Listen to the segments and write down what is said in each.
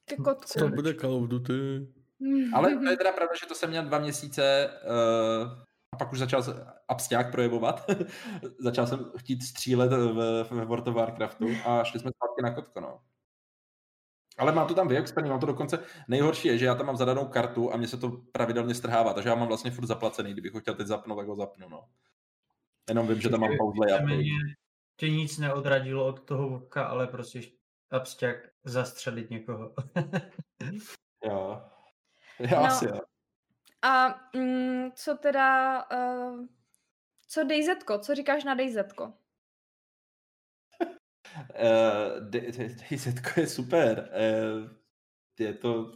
Ke kotku. To bude Call of Duty. Ale to je teda pravda, že to jsem měl 2 měsíce a pak už začal absťák projevovat. Začal jsem chtít střílet ve World of Warcraftu a šli jsme zpátky na kotko, no. Ale mám to tam vyexpertní, mám to dokonce, nejhorší je, že já tam mám zadanou kartu a mě se to pravidelně strhává, takže já mám vlastně furt zaplacený, kdybych ho chtěl teď zapnout, tak ho zapnu, no. Jenom vím, že tam mám pause. Tě nic neodradilo od toho vlka, ale prostě absťák zastřelit někoho. Jo. Já asi jo. A co teda, co DayZko? Co říkáš na DayZko? DayZko je super. Je to...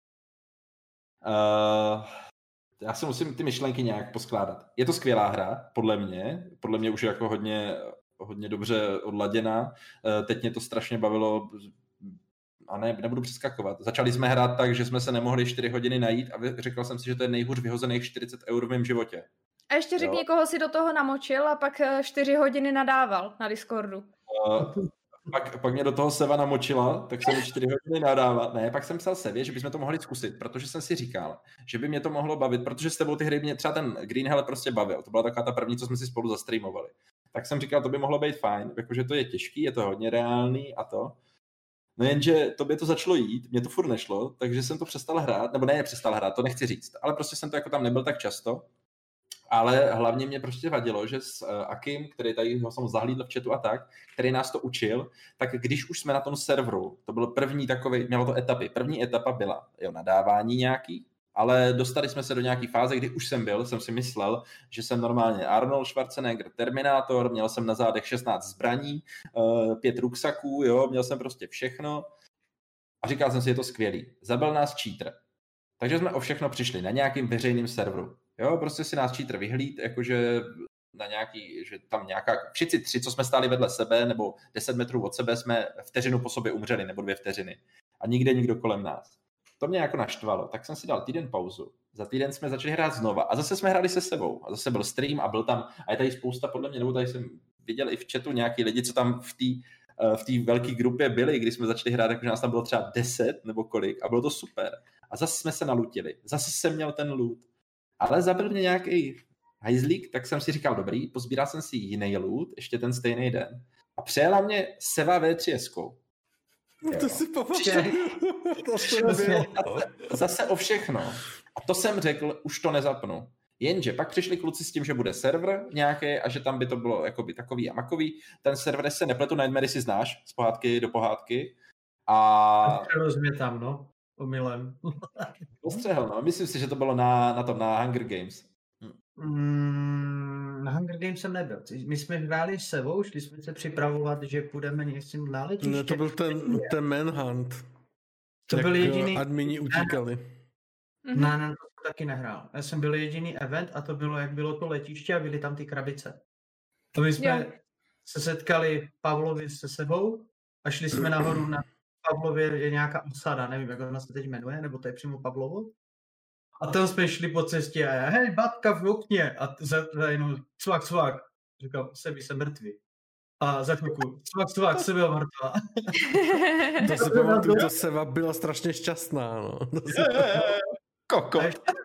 já si musím ty myšlenky nějak poskládat. Je to skvělá hra, podle mě už jako hodně dobře odladěná. Teď mě to strašně bavilo a nebudu přeskakovat. Začali jsme hrát tak, že jsme se nemohli 4 hodiny najít a řekl jsem si, že to je nejhůř vyhozených 40 € v mém životě. A ještě řekni, koho si do toho namočil a pak 4 hodiny nadával na Discordu. Pak mě do toho Seva namočila, tak jsem 4 hodiny nadával. Ne, pak jsem psal Sevě, že bychom to mohli zkusit, protože jsem si říkal, že by mě to mohlo bavit, protože s tebou ty hry mě třeba ten Green Hell prostě bavil. To byla taková ta první, co jsme si spolu zastreamovali. Tak jsem říkal, to by mohlo být fajn, jakože to je těžký, je to hodně reálný a to. No jenže tobě to začalo jít, mě to furt nešlo, takže jsem to přestal hrát, nebo ne přestal hrát, to nechci říct, ale prostě jsem to jako tam nebyl tak často. Ale hlavně mě prostě vadilo, že s Akim, který tady ho jsem zahlídl v chatu a tak, který nás to učil, tak když už jsme na tom serveru, to byl první takový, mělo to etapy. První etapa byla nadávání nějaký, ale dostali jsme se do nějaký fáze, kdy už jsem si myslel, že jsem normálně Arnold Schwarzenegger, Terminátor, měl jsem na zádech 16 zbraní, 5 ruksaků, jo, měl jsem prostě všechno a říkal jsem si, je to skvělý. Zabil nás cheater. Takže jsme o všechno přišli na nějakým veřejným serveru. Jo, prostě si nás cheater vyhlíd, jakože na nějaký, že tam nějaká, všichni 3, co jsme stáli vedle sebe, nebo 10 metrů od sebe, jsme vteřinu po sobě umřeli, nebo 2 vteřiny. A nikde nikdo kolem nás. To mě jako naštvalo, tak jsem si dal týden pauzu. Za týden jsme začali hrát znova a zase jsme hráli se sebou. A zase byl stream a byl tam, a je tady spousta podle mě, nebo tady jsem viděl i v chatu nějaký lidi, co tam v té velké grupě byli, když jsme začali hrát, takže nás tam bylo třeba 10 nebo kolik a bylo to super. A zase jsme se nalutili. Zase jsem měl ten loot. Ale zabil mě nějaký hajzlík, tak jsem si říkal, dobrý, pozbíral jsem si jiný loot, ještě ten stejný den. A přejela mě Seva V3S. To si pamatuju. Zase o všechno. A to jsem řekl, už to nezapnu. Jenže pak přišli kluci s tím, že bude server nějaký a že tam by to bylo jakoby takový a makový. Ten server se nepletu, Nightmare si znáš z pohádky do pohádky. A Mě tam, no. Omylem. Postřehl, no. Myslím si, že to bylo na Hunger Games. Na Hunger Games jsem nebyl. My jsme hráli s Sevou, šli jsme se připravovat, že půjdeme někým na letiště. Ne, to byl ten Manhunt. To byl jediný... Admini utíkali. Ne, to taky nehrál. Já jsem byl jediný event a to bylo, jak bylo to letiště a byly tam ty krabice. To my jsme se setkali Pavlovi se sebou a šli jsme nahoru na Pavlově je nějaká osada, nevím, jak ona se teď jmenuje, nebo to je přímo Pavlovo. A tam jsme šli po cestě a já, hej, babka v okně. A za jenom cvak. Říkal, Sebi, jsem mrtvý. A za chvilku, cvak, Sebi je mrtvá. To si pamatuju, to Seva byla strašně šťastná, no. Koko.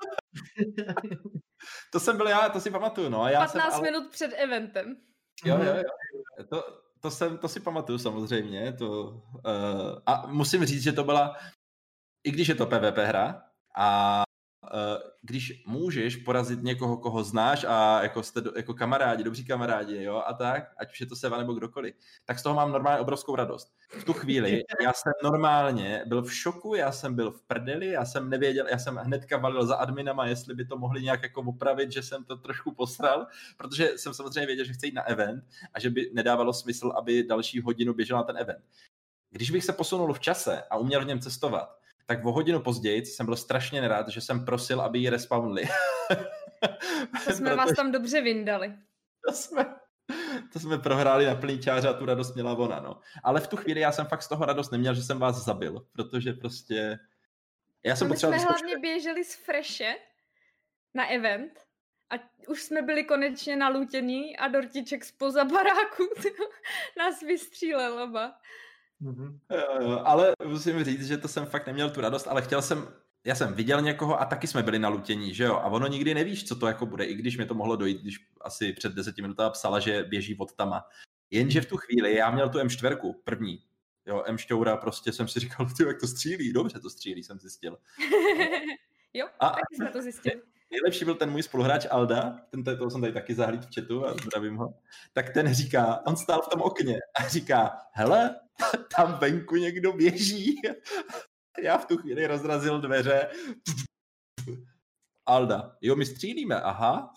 To jsem byl já, to si pamatuju, no. A já 15 minut před eventem. Jo. To si pamatuju samozřejmě. A musím říct, že to byla, i když je to PvP hra, a když můžeš porazit někoho, koho znáš a jako jste jako kamarádi, dobří kamarádi, jo, a tak, ať už je to Seva nebo kdokoliv, tak z toho mám normálně obrovskou radost. V tu chvíli já jsem normálně byl v šoku, já jsem byl v prdeli, já jsem nevěděl, já jsem hnedka valil za adminama, jestli by to mohli nějak jako opravit, že jsem to trošku posral, protože jsem samozřejmě věděl, že chci jít na event a že by nedávalo smysl, aby další hodinu běžel na ten event. Když bych se posunul v čase a uměl v něm cestovat, tak o hodinu později jsem byl strašně nerad, že jsem prosil, aby ji respawnli. To jsme vás tam dobře vyndali. To jsme prohráli na plný čáře a tu radost měla ona, no. Ale v tu chvíli já jsem fakt z toho radost neměl, že jsem vás zabil, protože prostě... My jsme hlavně běželi z Freše na event a už jsme byli konečně nalutění a Dortiček spoza baráku nás vystřílel oba. Ale musím říct, že to jsem fakt neměl tu radost, ale já jsem viděl někoho a taky jsme byli na lutění, že jo? A ono nikdy nevíš, co to jako bude, i když mi to mohlo dojít, když asi před 10 minutami psala, že běží od tama. Jenže v tu chvíli já měl tu M4 první. Jo, M4 prostě jsem si říkal, jak to střílí, dobře to střílí, jsem zjistil. Jo, taky jsme to zjistili. Nejlepší byl ten můj spoluhráč Alda, toho jsem tady taky zahlíd v chatu a zdravím ho, tak ten říká, on stál v tom okně a říká, hele, tam venku někdo běží. Já v tu chvíli rozrazil dveře. Alda, jo, my střílíme, aha.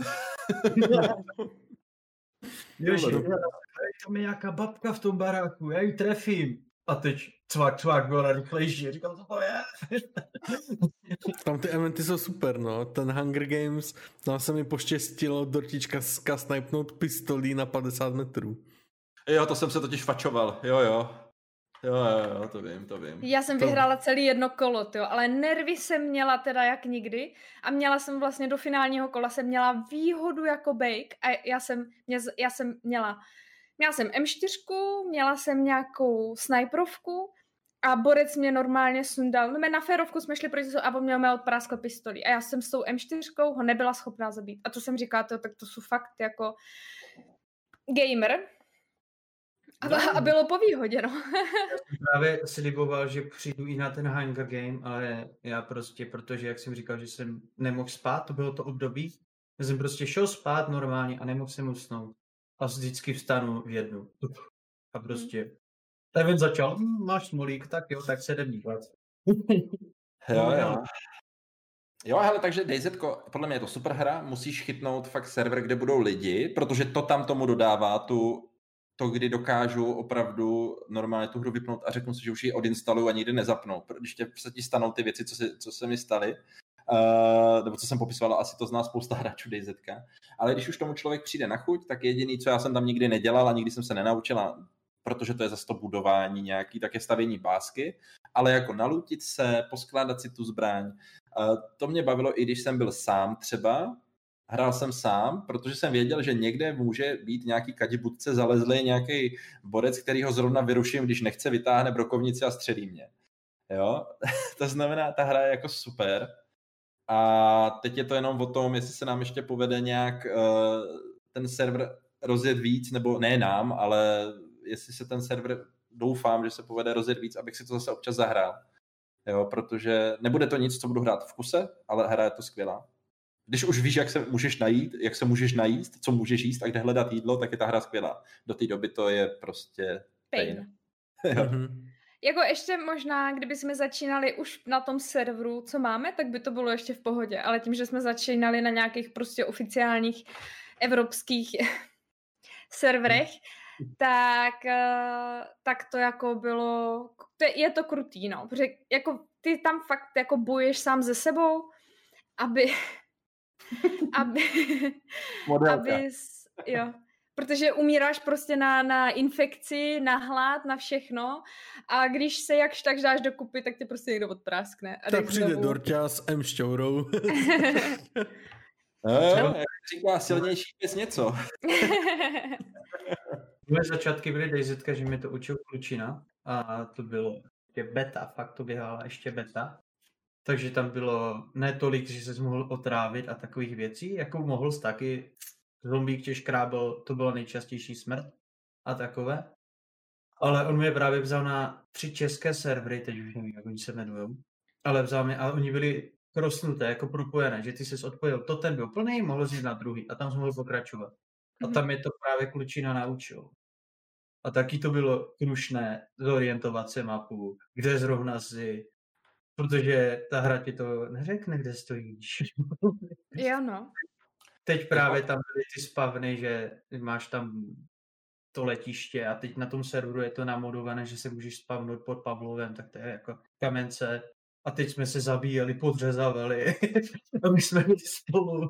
Ježiš, tam je nějaká babka v tom baráku, já ji trefím. A teď cvak, byla rychlejší. Říkám, co to je? Tam ty eventy jsou super, no. Ten Hunger Games, tam se mi poštěstilo dortička snipnout pistolí na 50 metrů. Jo, to jsem se totiž fačoval, jo, to vím. Já jsem vyhrála celý jedno kolo, tyjo, ale nervy jsem měla teda jak nikdy a měla jsem vlastně do finálního kola jsem měla výhodu jako Bake a já jsem měla jsem M4, měla jsem nějakou snajperovku a borec mě normálně sundal. No, na férovku jsme šli proti a on mě odpráskl pistolí a já jsem s tou M4 ho nebyla schopná zabít. A to jsem říkala, tak to jsou fakt jako gamer. A bylo po výhodě, no. Já jsem právě sliboval, že přijdu i na ten Hunger Game, ale já prostě, protože jak jsem říkal, že jsem nemohl spát, to bylo to období, já jsem prostě šel spát normálně a nemohl jsem usnout. A vždycky vstanu v 1. A prostě ten začal, máš smolík, tak jo, tak se jdem dívat. Jo, hele, takže DayZko, podle mě je to super hra, musíš chytnout fakt server, kde budou lidi, protože to tam tomu dodává to, kdy dokážu opravdu normálně tu hru vypnout a řeknu si, že už ji odinstaluju a nikdy nezapnou. Když se ti stanou ty věci, co se mi staly, nebo co jsem popisovala, asi to zná spousta hráčů DayZka. Ale když už tomu člověk přijde na chuť, tak jediný, co já jsem tam nikdy nedělal a nikdy jsem se nenaučila, protože to je zase to budování nějaký, tak je stavění básky, ale jako nalutit se, poskládat si tu zbraň. To mě bavilo, i když jsem byl sám třeba, hrál jsem sám, protože jsem věděl, že někde může být nějaký kadibudce zalezlý nějaký borec, který ho zrovna vyruším, když nechce, vytáhne brokovnici a střelí mě. Jo? To znamená, ta hra je jako super. A teď je to jenom o tom, jestli se nám ještě povede nějak ten server rozjet víc, nebo ne nám, ale jestli se ten server, doufám, že se povede rozjet víc, abych si to zase občas zahrál. Jo, protože nebude to nic, co budu hrát v kuse, ale hra je to skvělá. Když už víš, jak se můžeš najíst, co můžeš jíst a kde hledat jídlo, tak je ta hra skvělá. Do té doby to je prostě pain. Jako ještě možná, kdyby jsme začínali už na tom serveru, co máme, tak by to bylo ještě v pohodě. Ale tím, že jsme začínali na nějakých prostě oficiálních evropských serverech, tak to jako bylo, je to krutý, no. Protože jako ty tam fakt jako bojuješ sám se sebou, aby jo. Protože umíráš prostě na infekci, na hlad, na všechno a když se jakž tak dáš dokupy, tak tě prostě někdo odpráskne. A tak přijde Dorťa s M4. Jak říká, silnější bez něco. Moje začátky byly DayZka, že mi to učil klučina a to bylo beta, fakt to běhala ještě beta. Takže tam bylo ne tolik, že ses mohl otrávit a takových věcí, jako mohl jsi taky. Zombík tě škrábel, to byla nejčastější smrt a takové. Ale on mě právě vzal na 3 české servery, teď už nevím, jak oni se jmenujou, ale vzal mě a oni byli krosnuté, jako propojené, že ty ses odpojil, to ten byl plný, mohl jít na druhý a tam jsem mohl pokračovat. A tam je to právě klučina naučil. A taky to bylo krušné zorientovat se mapu, kde zrovna si, protože ta hra ti to neřekne, kde stojíš. Jo, no. Teď právě tam byly ty spavny, že máš tam to letiště a teď na tom serveru je to namodované, že se můžeš spavnout pod Pavlovem, tak to je jako kamence. A teď jsme se zabíjeli, podřezavali a my jsme byli spolu.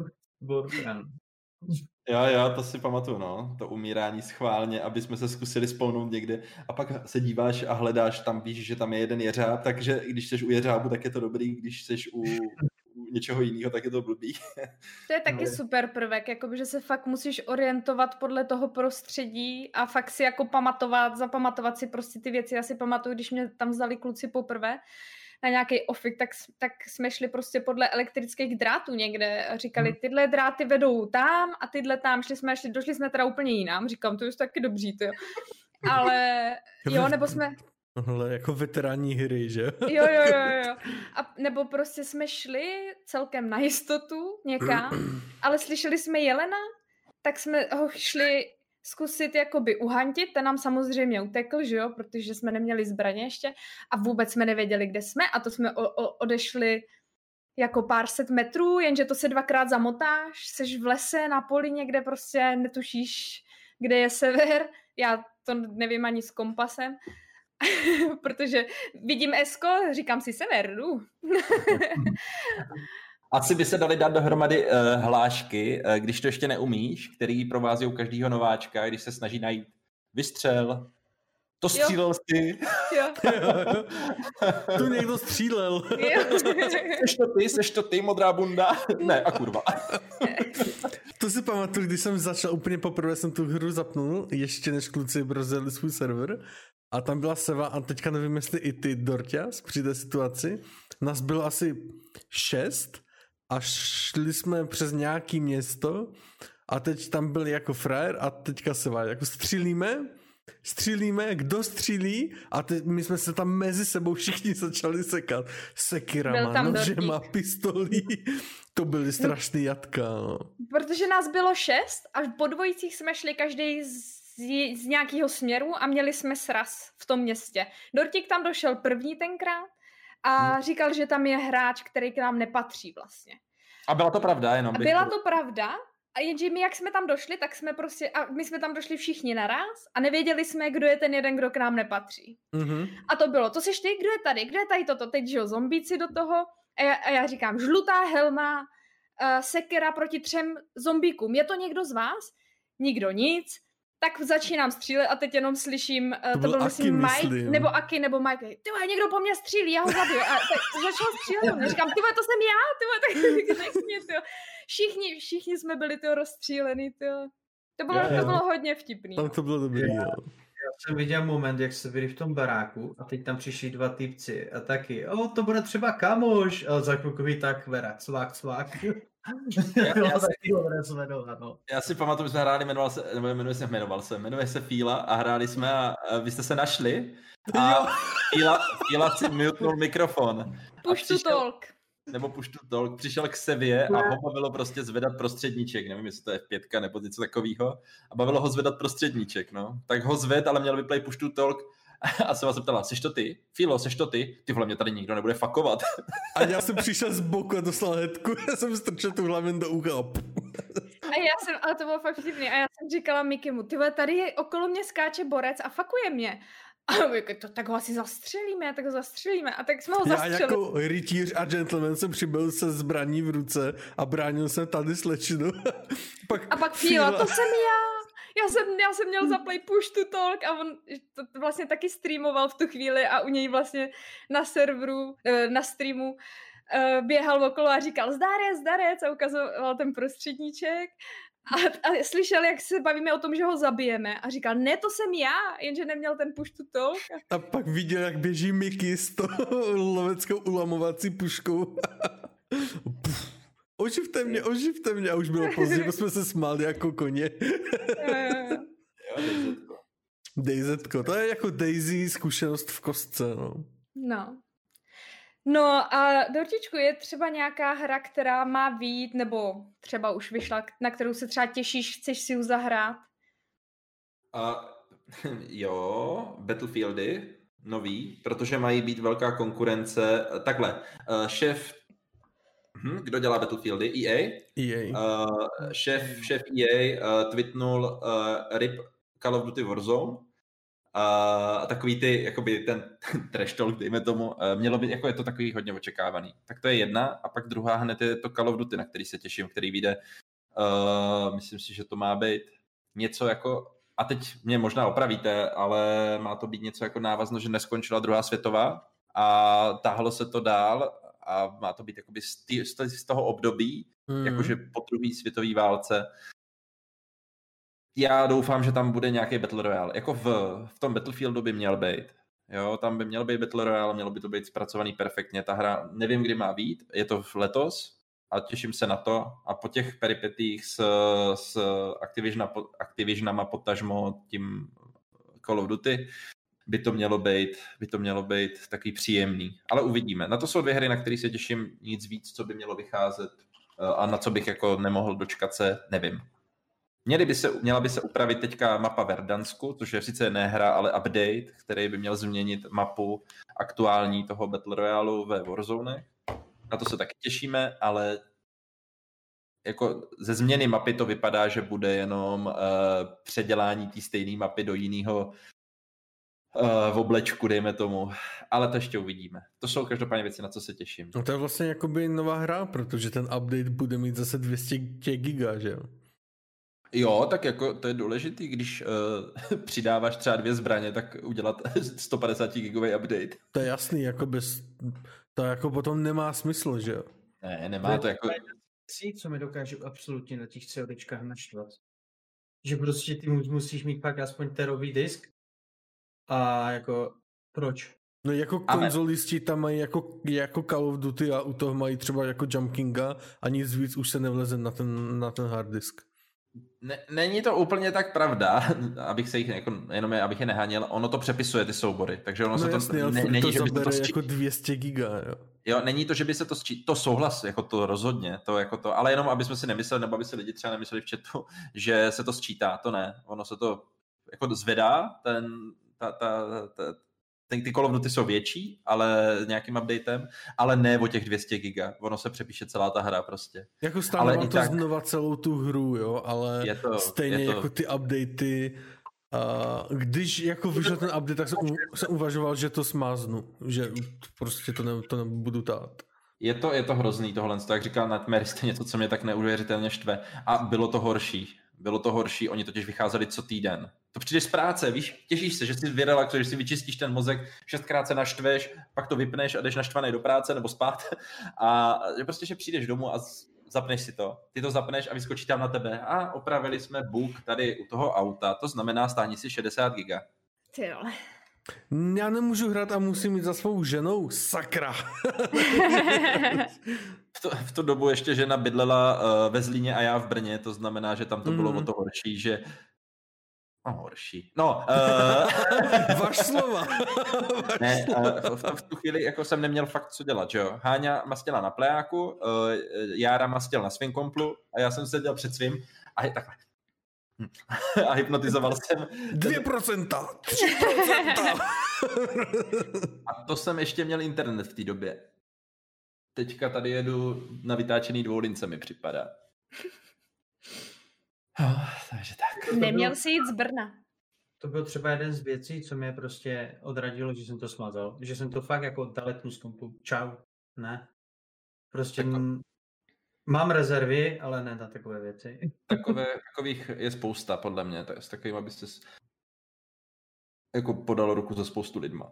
Jo, to si pamatuju, no. To umírání schválně, aby jsme se zkusili spawnout někde a pak se díváš a hledáš, tam víš, že tam je jeden jeřáb, takže když jsi u jeřábu, tak je to dobrý, když jsi u něčeho jiného, tak je to blbý. To je taky super prvek, jakoby, že se fakt musíš orientovat podle toho prostředí a fakt si jako zapamatovat si prostě ty věci. Já si pamatuju, když mě tam vzali kluci poprvé na nějaký ofik, tak jsme šli prostě podle elektrických drátů někde a říkali, tyhle dráty vedou tam a tyhle tam, došli jsme teda úplně jinam, říkám, to je taky dobří, to jo. Ale jo, nebo jsme... Ale jako veterání hry, že? Jo. A nebo prostě jsme šli celkem na jistotu někam, ale slyšeli jsme jelena, tak jsme ho šli zkusit jakoby uhantit, ten nám samozřejmě utekl, že jo, protože jsme neměli zbraně ještě a vůbec jsme nevěděli, kde jsme a to jsme odešli jako pár set metrů, jenže to se 2krát zamotáš, seš v lese, na poli někde prostě netušíš, kde je sever, já to nevím ani s kompasem, protože vidím Esko, říkám si sever, Asi by se dali dát dohromady hlášky, když to ještě neumíš, který provází každýho nováčka, když se snaží najít vystřel, to střílel jsi. Jo. Tu někdo střílel. Seš to ty, modrá bunda? Ne, a kurva. To si pamatuju, když jsem začal úplně poprvé, jsem tu hru zapnul, ještě než kluci rozjeli svůj server. A tam byla Seva a teďka nevím, jestli i ty, Dorťas, při té situaci. Nás bylo asi 6 a šli jsme přes nějaký město a teď tam byl jako frajer a teďka Seva, jako střílíme, kdo střílí a teď my jsme se tam mezi sebou všichni začali sekat. Sekirama, nožema, pistolí. To byly strašný jatka. No. Protože nás bylo 6 a po dvojicích jsme šli každý z nějakého směru a měli jsme sraz v tom městě. Dortík tam došel první tenkrát a říkal, že tam je hráč, který k nám nepatří vlastně. A byla to pravda jenom? Byla to pravda, a jenže my, jak jsme tam došli, tak jsme prostě, a my jsme tam došli všichni naraz a nevěděli jsme, kdo je ten jeden, kdo k nám nepatří. Mm-hmm. A to bylo, to seš ty, kdo je tady toto, teď, že jo, zombíci do toho a já říkám, žlutá helma, sekera proti 3 zombíkům, je to někdo z vás? Nikdo nic. Tak začínám střílet a teď jenom slyším, to byl myslím Mike, nebo Aki, nebo Mike, tyhle, někdo po mně střílí, já ho zabiju. A tak začal střílet a říkám, tyhle, to jsem já, tak nech mě, tyhle. Všichni jsme byli rozstřílený, tyhle. To bylo hodně vtipný. To bylo dobrý, jo. Já jsem viděl moment, jak se byli v tom baráku a teď tam přišli 2 typci a taky, to bude třeba kamoš, a za chvilkový tak vera, cvák. Já si pamatuju, že jsme hráli, jmenuje se Fíla a hráli jsme a vy jste se našli a Fíla si mutnul mikrofon. Push to talk. Nebo Push to talk, přišel k Sevě a ho bavilo prostě zvedat prostředníček, nevím, jestli to je F5 nebo něco takového, a bavilo ho zvedat prostředníček, no. Tak ho zved, ale měl vyplay Push to talk a Seva se ptala, seš to ty? Filo, seš to ty? Ty vole, mě tady nikdo nebude fakovat. A já jsem přišel z boku a dostal hetku, já jsem strčil tu hlavu do ucha. Ale to bylo fakt vtipný, a já jsem říkala Mikimu, tyhle, tady okolo mě skáče borec a fakuje mě. A tak ho asi zastřelíme, a tak jsme ho zastřelili. Já jako rytíř a gentleman jsem přibyl se zbraní v ruce a bránil jsem tady slečnu. Pak Fíla, to jsem já. Já jsem měl zaplay Push to talk a on to vlastně taky streamoval v tu chvíli a u něj vlastně na serveru, na streamu běhal okolo a říkal zdarec a ukazoval ten prostředníček a slyšel, jak se bavíme o tom, že ho zabijeme a říkal, ne, to jsem já, jenže neměl ten push to talk. A pak viděl, jak běží Mickey s tou loveckou ulamovací puškou. Oživte mě, a už bylo pozdě, bo jsme se smáli jako koně. DayZko, to je jako Daisy zkušenost v kostce, no. No a Dortičku, je třeba nějaká hra, která má vyjít, nebo třeba už vyšla, na kterou se třeba těšíš, chceš si ji zahrát? Jo, Battlefieldy, nový, protože mají být velká konkurence. Takhle, šéf, kdo dělá Battlefieldy? EA? Šéf EA tweetnul RIP Call of Duty Warzone. A takový ty, jakoby ten trash talk, dejme tomu, mělo být, jako je to takový hodně očekávaný. Tak to je jedna a pak druhá hned je to Call of Duty, na který se těším, který vyjde, myslím si, že to má být něco jako, a teď mě možná opravíte, ale má to být něco jako návazno, že neskončila druhá světová a táhlo se to dál a má to být jakoby z toho období, jakože po druhé světové válce. Já doufám, že tam bude nějaký Battle Royale. Jako v tom Battlefieldu by měl být. Jo, tam by měl být Battle Royale, mělo by to být zpracovaný perfektně. Ta hra, nevím, kdy má být, je to letos a těším se na to. A po těch peripetích s Activisionama potažmo tím Call of Duty by to mělo být takový příjemný. Ale uvidíme. Na to jsou 2 hry, na které se těším, nic víc, co by mělo vycházet a na co bych jako nemohl dočkat se, nevím. Měla by se upravit teďka mapa Verdansku, což je sice ne hra, ale update, který by měl změnit mapu aktuální toho Battle Royale ve Warzone. Na to se taky těšíme, ale jako ze změny mapy to vypadá, že bude jenom předělání té stejné mapy do jiného v oblečku, dejme tomu. Ale to ještě uvidíme. To jsou každopádně věci, na co se těším. No to je vlastně jakoby nová hra, protože ten update bude mít zase 200 giga, že jo? Jo, tak jako to je důležitý, když přidáváš třeba 2 zbraně, tak udělat 150 gigový update. To je jasný, jako to jako potom nemá smysl, že jo? Ne, nemá to jako... Co mi dokážu absolutně na těch CODčkách naštvat. Že prostě ty musíš mít pak aspoň terový disk a jako proč? No jako konzolisti tam mají jako Call of Duty a u toho mají třeba jako Jump Kinga a nic víc už se nevleze na ten hard disk. Není to úplně tak pravda, abych se jich abych je neháněl, ono to přepisuje ty soubory, takže ono se jasný, to není, to že by to jako 200 giga, jo. Jo, není to, že by se to to souhlas, jako to rozhodně, to jako to, ale jenom aby jsme si nemysleli, nebo aby si lidi třeba nemysleli v chatu, že se to sčítá, to ne, ono se to jako zvedá, ty Call of Duty jsou větší, ale nějakým updatem, ale ne o těch 200 giga. Ono se přepíše celá ta hra prostě. Jako stále mám to tak... znova celou tu hru, jo, ale stejně jako ty updaty. Když jako vyšel ten update, tak jsem uvažoval, že to smáznu, že prostě to nebudu tát. Je to hrozný tohle, jak říkal Nightmare, je něco, co mě tak neuvěřitelně štve. A bylo to horší, oni totiž vycházeli co týden. To přijdeš z práce, víš, těšíš se, že si vyrelaxuješ, že si vyčistíš ten mozek, 6krát se naštveš, pak to vypneš a jdeš naštvaný do práce nebo spát a že přijdeš domů a zapneš si to. Ty to zapneš a vyskočí tam na tebe a opravili jsme bug tady u toho auta, to znamená stáhni si 60 giga. Ty vole. Já nemůžu hrát a musím jít za svou ženou, sakra. V tu dobu ještě žena bydlela ve Zlíně a já v Brně, to znamená, že tam to bylo o to horší, že... horší. Váš slova. Ne, v tu chvíli jako jsem neměl fakt co dělat, že jo. Háňa mastila na plejáku, Jára mastil na svým komplu a já jsem seděl před svým a takhle. A hypnotizoval jsem. 2%, 3%. A to jsem ještě měl internet v té době. Teďka tady jedu na vytáčený dvoulince, mi připadá. Takže tak. Neměl jsi jít z Brna. To byl třeba jeden z věcí, co mě prostě odradilo, že jsem to smazal. Že jsem to fakt jako daletnu z kompu. Čau. Ne. Prostě mám rezervy, ale ne na takové věci. Takových je spousta, podle mě. Tak s takovým, abyste jako podal ruku za spoustu lidma.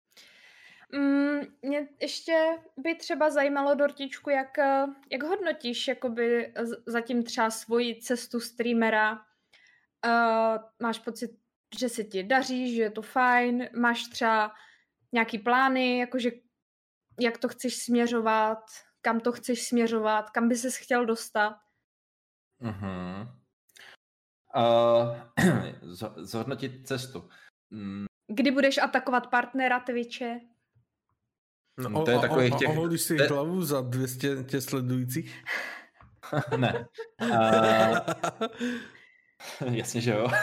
Mě ještě by třeba zajímalo, Dortičku, jak hodnotíš jakoby zatím třeba svoji cestu streamera. Máš pocit, že se ti daří, že je to fajn? Máš třeba nějaký plány, jakože jak to chceš směřovat, kam to chceš směřovat, kam by ses chtěl dostat? Zhodnotit cestu. Kdy budeš atakovat partnera Twitche? No, to je takových těch... Oholíš si hlavu za 200 tě sledujících? Ne. Jasně, že jo.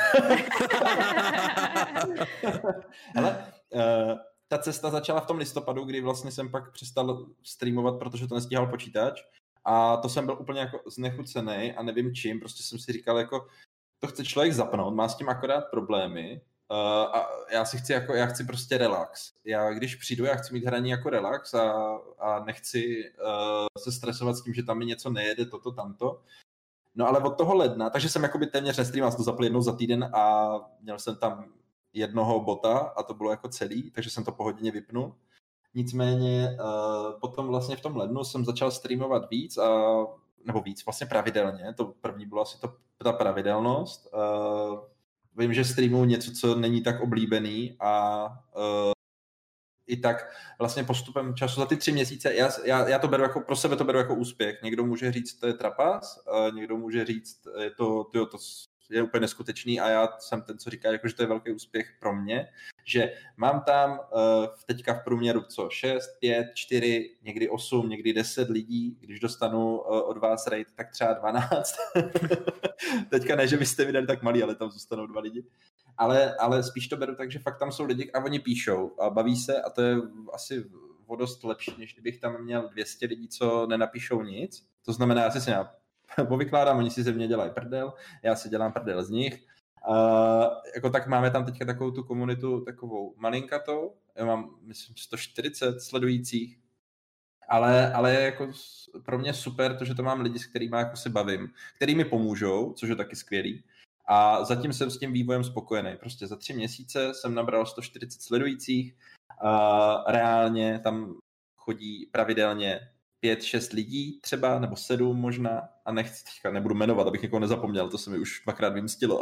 Ale ta cesta začala v tom listopadu, kdy vlastně jsem pak přestal streamovat, protože to nestíhal počítač. A to jsem byl úplně jako znechucený a nevím čím. Prostě jsem si říkal, jako to chce člověk zapnout, má s tím akorát problémy. A já chci prostě relax. Já když přijdu, já chci mít hraní jako relax a nechci se stresovat s tím, že tam mi něco nejede, toto, tamto. No ale od toho ledna, takže jsem jakoby téměř nestreamoval, jsem to zapl jednou za týden a měl jsem tam jednoho bota a to bylo jako celý, takže jsem to po hodině vypnul. Nicméně potom vlastně v tom lednu jsem začal streamovat víc, nebo víc, vlastně pravidelně. To první bylo asi ta pravidelnost. Vím, že streamuju něco, co není tak oblíbený a i tak vlastně postupem času za ty 3 měsíce, já to beru jako, pro sebe to beru jako úspěch. Někdo může říct, to je trapas, někdo může říct, to je úplně neskutečný a já jsem ten, co říká, jako, že to je velký úspěch pro mě, že mám tam teďka v průměru 6, 5, 4, někdy 8, někdy 10 lidí, když dostanu od vás raid, tak třeba 12. Teďka ne, že byste mi dali tak malý, ale tam zůstanou 2 lidi. Ale spíš to beru tak, že fakt tam jsou lidi a oni píšou a baví se a to je asi o dost lepší, než kdybych tam měl 200 lidí, co nenapíšou nic. To znamená, já si se povykládám, oni si ze mě dělají prdel, já si dělám prdel z nich. Jako tak máme tam teďka takovou tu komunitu takovou malinkatou, já mám myslím 140 sledujících, ale je jako pro mě super to, že to mám lidi, s kterými jako se bavím, který mi pomůžou, což je taky skvělý. A zatím jsem s tím vývojem spokojený. Prostě za 3 měsíce jsem nabral 140 sledujících, reálně tam chodí pravidelně 5-6 lidí třeba, nebo 7 možná, a teďka nebudu jmenovat, abych někoho nezapomněl, to se mi už dvakrát vymstilo.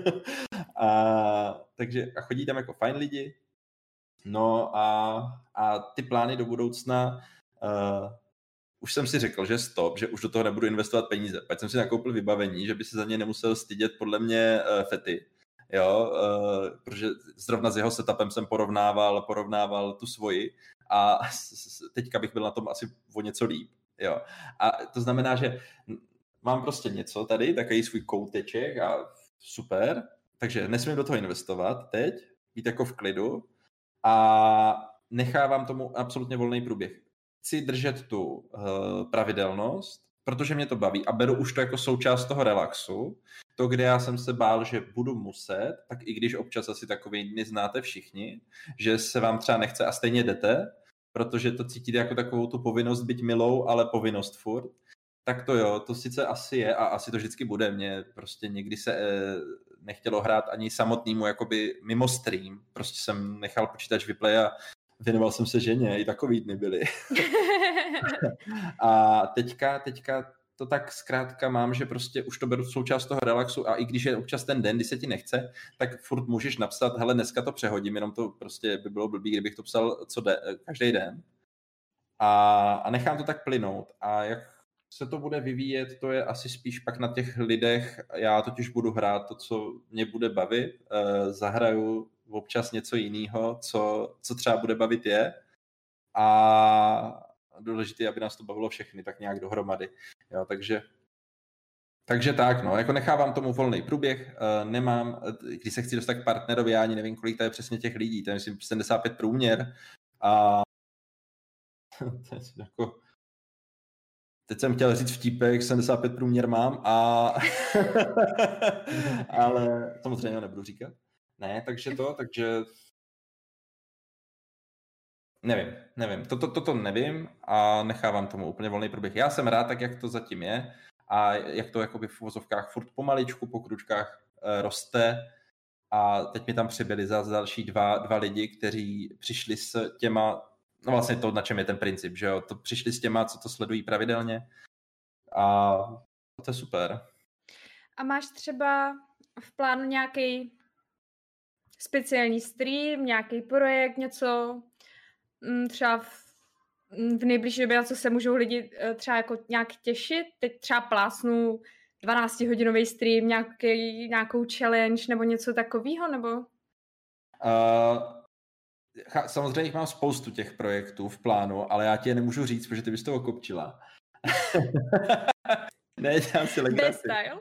Takže chodí tam jako fajn lidi, no a ty plány do budoucna, už jsem si řekl, že stop, že už do toho nebudu investovat peníze. Pak jsem si nakoupil vybavení, že by se za ně nemusel stydět podle mě Fety, jo, protože zrovna s jeho setupem jsem porovnával tu svoji a teďka bych byl na tom asi o něco líp, jo. A to znamená, že mám prostě něco tady, takový svůj kouteček a super, takže nesmím do toho investovat teď, být jako v klidu a nechávám tomu absolutně volný průběh. Chci držet tu pravidelnost, protože mě to baví a beru už to jako součást toho relaxu. To, kde já jsem se bál, že budu muset, tak i když občas asi takový dny znáte všichni, že se vám třeba nechce a stejně jdete, protože to cítíte jako takovou tu povinnost být milou, ale povinnost furt, tak to jo, to sice asi je a asi to vždycky bude. Mě prostě někdy se nechtělo hrát ani samotnému jakoby mimo stream. Prostě jsem nechal počítač vyplay a věnoval jsem se ženě, i takový dny byly. A teďka to tak zkrátka mám, že prostě už to beru součást toho relaxu a i když je občas ten den, kdy se ti nechce, tak furt můžeš napsat, hele, dneska to přehodím, jenom to prostě by bylo blbý, kdybych to psal každý den. A nechám to tak plynout. A jak se to bude vyvíjet, to je asi spíš pak na těch lidech. Já totiž budu hrát to, co mě bude bavit. Zahraju občas něco jiného, co třeba bude bavit je. A důležité je, aby nás to bavilo všechny, tak nějak dohromady. Jo, takže tak, no, jako nechávám tomu volný průběh, nemám, když se chci dostat k partnerovi, já ani nevím, kolik to je přesně těch lidí, to je myslím 75 průměr a to je jako, teď jsem chtěl říct vtípek, 75 průměr mám ale samozřejmě nebudu říkat. Ne, takže nevím. Toto nevím a nechávám tomu úplně volný průběh. Já jsem rád tak, jak to zatím je a jak to jakoby v uvozovkách furt pomaličku po kručkách roste a teď mi tam přibyli zase další dva lidi, kteří přišli s těma, no vlastně to, na čem je ten princip, že jo, to přišli s těma, co to sledují pravidelně a to je super. A máš třeba v plánu nějaký speciální stream, nějaký projekt, něco třeba v nejbližší době, na co se můžou lidi třeba jako nějak těšit? Teď třeba plásnu 12-hodinový stream, nějakou challenge nebo něco takového, nebo? Samozřejmě jich mám spoustu těch projektů v plánu, ale já ti je nemůžu říct, protože ty bys to okopčila. Ne, dělám si legraci. Style?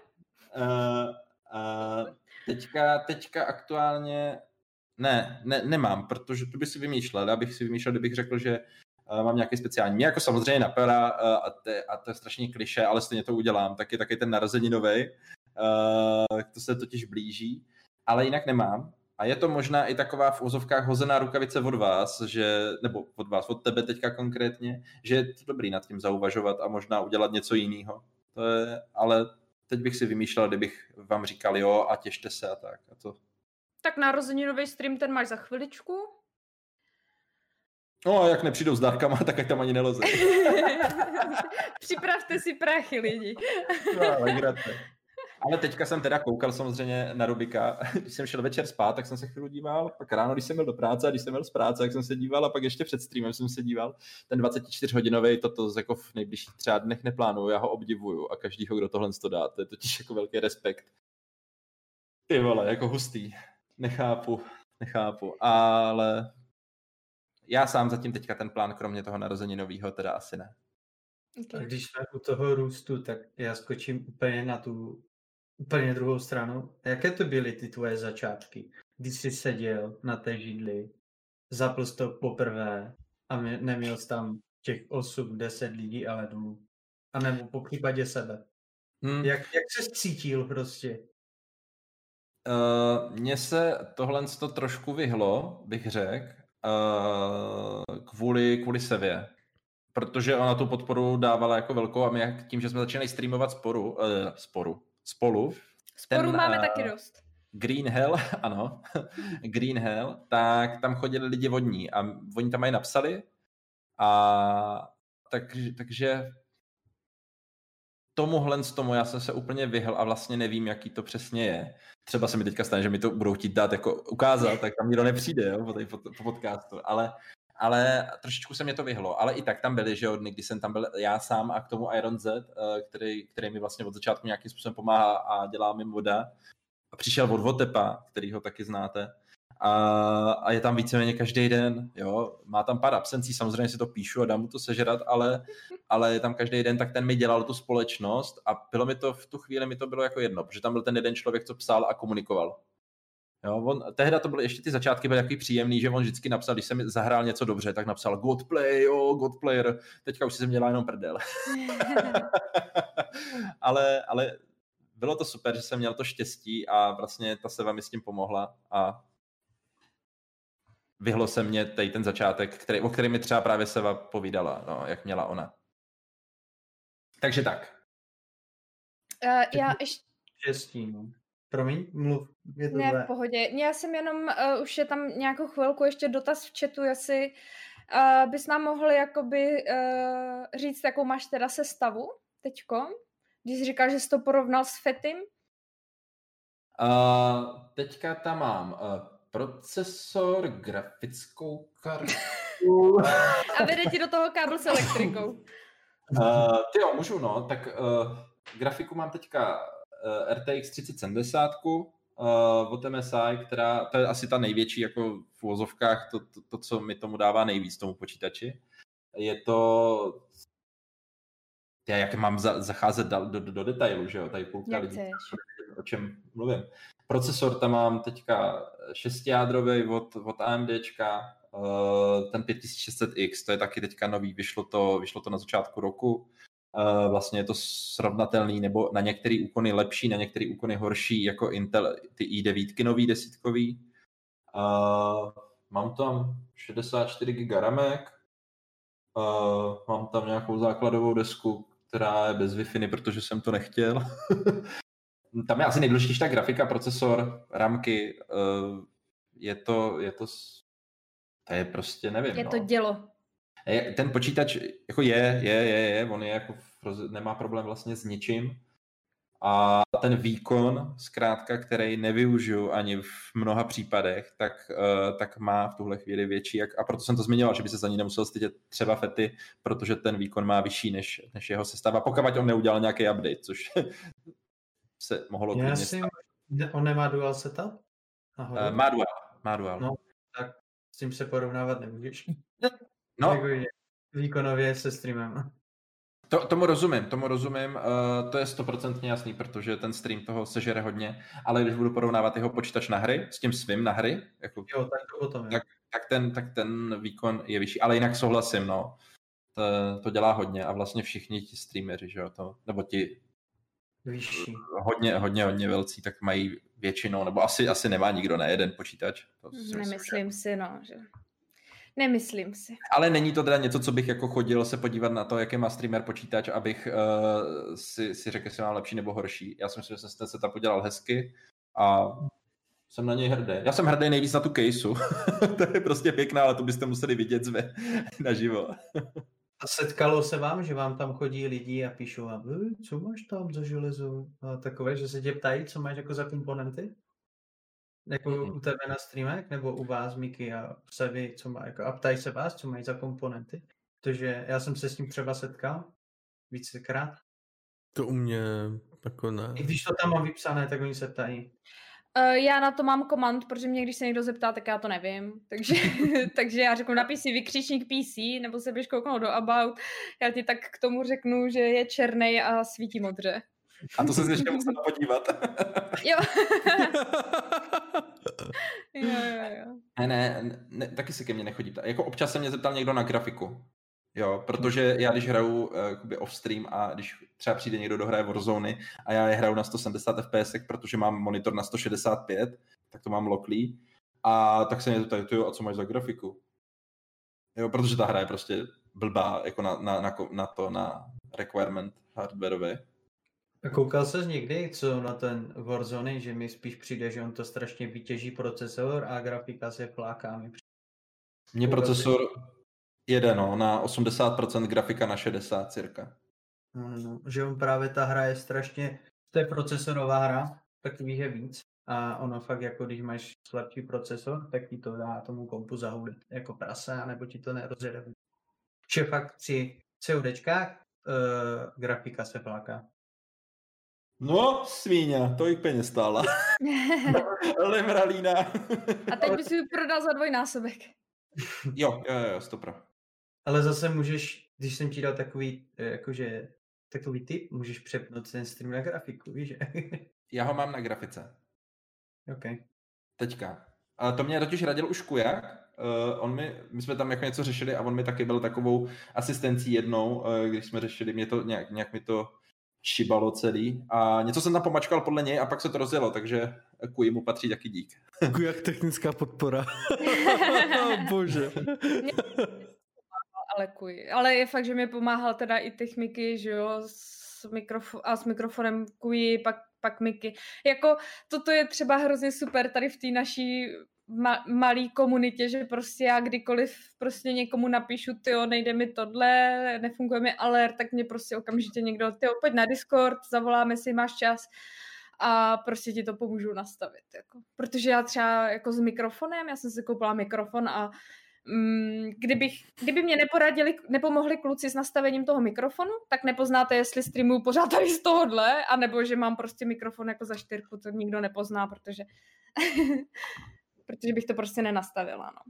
Teďka aktuálně nemám, protože to by si vymýšlel. Já bych si vymýšlel, kdybych řekl, že mám nějaký speciální. Mě jako samozřejmě napadá, a to je strašně klišé, ale stejně to udělám, taky ten narozeninovej, to se totiž blíží, ale jinak nemám. A je to možná i taková v ozovkách hozená rukavice od vás, nebo od vás, od tebe teďka konkrétně, že je to dobrý nad tím zauvažovat a možná udělat něco jiného. Ale teď bych si vymýšlel, kdybych vám říkal jo a těšte se a tak. A to... Tak narozeninový stream ten máš za chviličku. No a jak nepřijdou s dárkama, tak ať tam ani neleze. Připravte si prachy, lidi. Ale teďka jsem teda koukal samozřejmě na Rubika. Když jsem šel večer spát, tak jsem se chvíli díval. Pak ráno, když jsem byl do práce a když jsem byl z práce, tak jsem se díval a pak ještě před streamem jsem se díval. Ten 24-hodinový, to jako v nejbližších třeba dnech neplánuju, já ho obdivuju a každýho, kdo tohle to dá, to je totiž jako velký respekt. Ty vole, jako hustý. Nechápu, ale já sám zatím teďka ten plán, kromě toho narozeninovýho, teda asi ne. Okay. A když jsme u toho růstu, tak já skočím úplně na tu úplně druhou stranu. Jaké to byly ty tvoje začátky? Když jsi seděl na té židli, zapl jsi to poprvé a neměl jsi tam těch 8-10 lidí, ale domů. A nebo po případě sebe. Jak jsi cítil prostě? Mně se tohle trošku vyhlo, bych řekl, kvůli Sevě. Protože ona tu podporu dávala jako velkou a my tím, že jsme začínali streamovat spolu. Sporu máme taky dost. Green Hell, ano, Green Hell, tak tam chodili lidi vodní a oni tam mají napsali a takže tomu já jsem se úplně vyhl a vlastně nevím, jaký to přesně je. Třeba se mi teďka stane, že mi to budou chtít dát jako ukázat, tak tam nikdo nepřijde, jo, po podcastu, ale trošičku se mě to vyhlo, ale i tak tam byli, že od kdy jsem tam byl já sám a k tomu Iron Z, který mi vlastně od začátku nějakým způsobem pomáhá a dělá mi voda. A přišel od Votepa, kterýho taky znáte. A je tam víceméně každý den, jo. Má tam pár absencí, samozřejmě si to píšu a dám mu to sežrat, ale je tam každý den, tak ten mi dělal tu společnost a bylo mi to, v tu chvíli mi to bylo jako jedno, protože tam byl ten jeden člověk, co psal a komunikoval. Jo, tehda to byly ještě ty začátky byly takový příjemný, že on vždycky napsal, když jsem zahrál něco dobře, tak napsal God player, teďka už si jsem dělal jenom prdel. ale bylo to super, že jsem měl to štěstí a vlastně ta Seva mi s tím pomohla a vyhlo se mě tady ten začátek, o kterém mi třeba právě Seva povídala, no, jak měla ona. Takže tak. Já ještě... Štěstí, no. Promiň, mluv. Ne, v pohodě. Já jsem jenom, už je tam nějakou chvilku ještě dotaz v chatu, jestli bys nám mohl jakoby říct, jakou máš teda sestavu teďko, když jsi říkal, že jsi to porovnal s Fetim? Teďka tam mám procesor, grafickou kartu. A vede ti do toho kábel s elektrikou. Tyjo, můžu, no. Tak grafiku mám teďka RTX 3070 od MSI, která, to je asi ta největší jako v uvozovkách, to, co mi tomu dává nejvíc tomu počítači. Je to... Já jak mám zacházet do detailu, že jo, tady půlka lidí, o čem mluvím. Procesor tam mám teďka 6jádrový od AMDčka, ten 5600X, to je taky teďka nový, vyšlo to na začátku roku. Vlastně je to srovnatelný, nebo na některé úkony lepší, na některé úkony horší, jako Intel, ty i9 nový desítkový. Mám tam 64 GB ramek, mám tam nějakou základovou desku, která je bez Wi-Fi, protože jsem to nechtěl. Tam je asi nejdůležitější ta grafika, procesor, ramky, to je prostě, nevím. Je to dělo. Ten počítač jako je, on je jako nemá problém vlastně s ničím a ten výkon, zkrátka, který nevyužiju ani v mnoha případech, tak má v tuhle chvíli větší, a proto jsem to zmiňoval, že by se za ní nemusel stydět třeba Fety, protože ten výkon má vyšší než jeho sestava, pokud on neudělal nějaký update, což se mohlo klidně stát. On nemá dual setup? Má dual. No, tak s tím se porovnávat nemůžeš. No. Výkonově se streamem. Tomu rozumím. To je 100% jasný, protože ten stream toho sežere hodně, ale když budu porovnávat jeho počítač na hry s tím svým na hry, jako, jo, tak to potom je. Tak ten výkon je vyšší, ale jinak souhlasím, no. To dělá hodně a vlastně všichni ti streameři, že jo, nebo ti vyšší. Hodně velcí, tak mají většinou, nebo asi nemá nikdo na jeden počítač. Nemyslím si, no, že... Nemyslím si. Ale není to teda něco, co bych jako chodil se podívat na to, jaký má streamer počítač, abych si řekl, jestli mám lepší nebo horší. Já si myslím, že jsem se tam podělal hezky a Jsem na něj hrdý. Já jsem hrdý nejvíc na tu caseu. To je prostě pěkná, ale to byste museli vidět naživo. A setkalo se vám, že vám tam chodí lidi a píšou vám, co máš tam za železo? A takové, že se tě ptají, co máš jako za komponenty? Jako u tebe na streamech, nebo u vás, Miky a Sevy, co má, jako, a ptají se vás, co mají za komponenty? Protože já jsem se s tím třeba setkal vícekrát. To u mě jako ne. I když to tam mám vypsané, tak oni se ptají. Já na to mám komand, protože mě, když se někdo zeptá, tak já to nevím. Takže já řeknu, napiš si vykřičník PC, nebo se běž kouknout do About. Já ti tak k tomu řeknu, že je černej a svítí modře. A to se ještě musel podívat. Jo. jo. Ne, taky se ke mně nechodí. Jako občas se mě zeptal někdo na grafiku. Jo, protože já když hraju off-stream a když třeba přijde někdo do hraje Warzone a já je hraju na 170 fps, protože mám monitor na 165, tak to mám locklý. A tak se mě zeptají, a co máš za grafiku? Jo, protože ta hra je prostě blbá jako na requirement hardwareové. A koukal ses někdy, co na ten Warzone, že mi spíš přijde, že on to strašně vytěží procesor a grafika se fláká mi. Mně procesor jede, na 80%, grafika na 60 cirka. No, že on právě ta hra je strašně, to je procesorová hra, tak víš je víc. A ono fakt jako, když máš slabší procesor, tak ti to dá tomu kompu zahulit jako prase, anebo ti to nerozjede. Že fakt při CODčkách grafika se fláká. No, svíňa, to jich peněz stála. Lemralína. A teď bys ji prodal za dvojnásobek. Jo, stopro. Ale zase můžeš, když jsem ti dal takový, jakože, takový tip, můžeš přepnout ten stream na grafiku, víš? Já ho mám na grafice. OK. Teďka. A to mě totiž radil už Kujak. My jsme tam jako něco řešili a on mi taky byl takovou asistencí jednou, když jsme řešili, mě to nějak mi to šibalo celý a něco jsem tam pomačkal podle něj a pak se to rozjelo, takže Kuji mu patří taky dík. Kujak technická podpora. Bože. Ale Kuji. Ale je fakt, že mi pomáhal teda i techniky, že jo, s mikrofonem Kuji, pak Miky. Jako toto je třeba hrozně super tady v té naší malý komunitě, že prostě já kdykoliv prostě někomu napíšu, tyjo, nejde mi tohle, nefunguje mi alert, tak mě prostě okamžitě někdo, tyjo, pojď na Discord, zavoláme si, máš čas a prostě ti to pomůžu nastavit. Jako. Protože já třeba jako s mikrofonem, já jsem si koupila mikrofon a kdyby mě nepomohli kluci s nastavením toho mikrofonu, tak nepoznáte, jestli streamuju pořád tady z tohohle, anebo že mám prostě mikrofon jako za 4, to nikdo nepozná, protože bych to prostě nenastavila, no.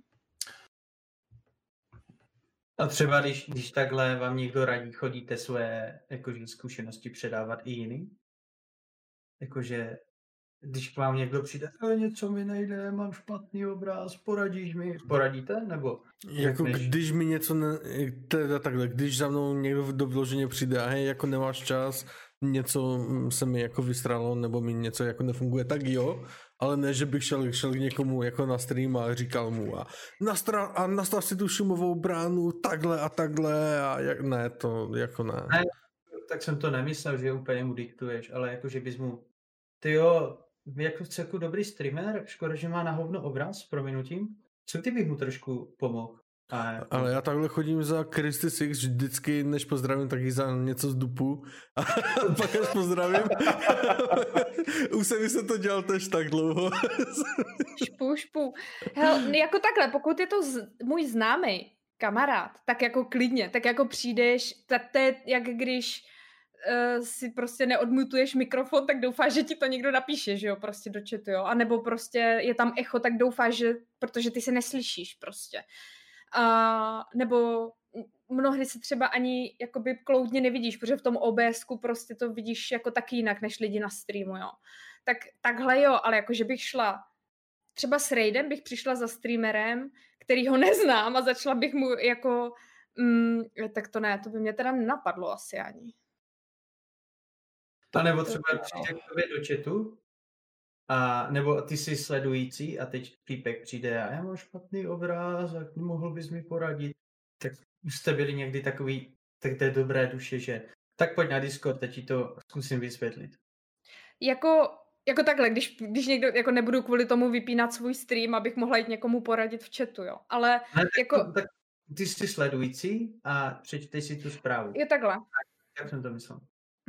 A třeba když takhle vám někdo radí, chodíte své jakože zkušenosti předávat i jiným? Jakože když k vám někdo přijde, něco mi nejde, mám špatný obraz, poradíš mi? Poradíte? Nebo jako když mi něco, teda takhle, když za mnou někdo do vyloženě přijde a hej, jako nemáš čas, něco se mi jako vysralo, nebo mi něco jako nefunguje, tak jo, ale ne, že bych šel k někomu jako na stream a říkal mu a nastav si tu šumovou bránu takhle a ne, to jako ne. Tak jsem to nemyslel, že úplně mu diktuješ, ale jako, že bys mu tyjo, jako celku dobrý streamer, škoda, že má na hovno obraz s prominutím. Co ty bych mu trošku pomohl? Ale já takhle chodím za Christy Six vždycky, než pozdravím, taky za něco z dupu. A pak až pozdravím. Už jsem se to dělal tež tak dlouho. Špu. Hel, jako takhle, pokud je to můj známý kamarád, tak jako klidně, tak jako přijdeš, tak to je jak když si prostě neodmutuješ mikrofon, tak doufáš, že ti to někdo napíše, že jo, prostě do chatu, jo, a nebo prostě je tam echo, tak doufáš, že, protože ty se neslyšíš prostě. Nebo mnohdy se třeba ani jakoby kloudně nevidíš, protože v tom OBSku prostě to vidíš jako taky jinak, než lidi na streamu, jo. Takhle jo, ale jako, že bych šla třeba s raidem, bych přišla za streamerem, který ho neznám a začala bych mu jako tak to ne, to by mě teda nenapadlo asi ani. A nebo třeba přijde k tobě do chatu, a nebo ty jsi sledující a teď týpek přijde a já mám špatný obraz a mohl bys mi poradit. Tak už jste byli někdy takový, tak té dobré duše, že tak pojď na Discord, teď ti to zkusím vysvětlit. Jako Jako takhle, když někdo, jako nebudu kvůli tomu vypínat svůj stream, abych mohla jít někomu poradit v chatu, jo. Ale jako... Tak ty jsi sledující a přečtej si tu zprávu. Je takhle. Jak jsem to myslel?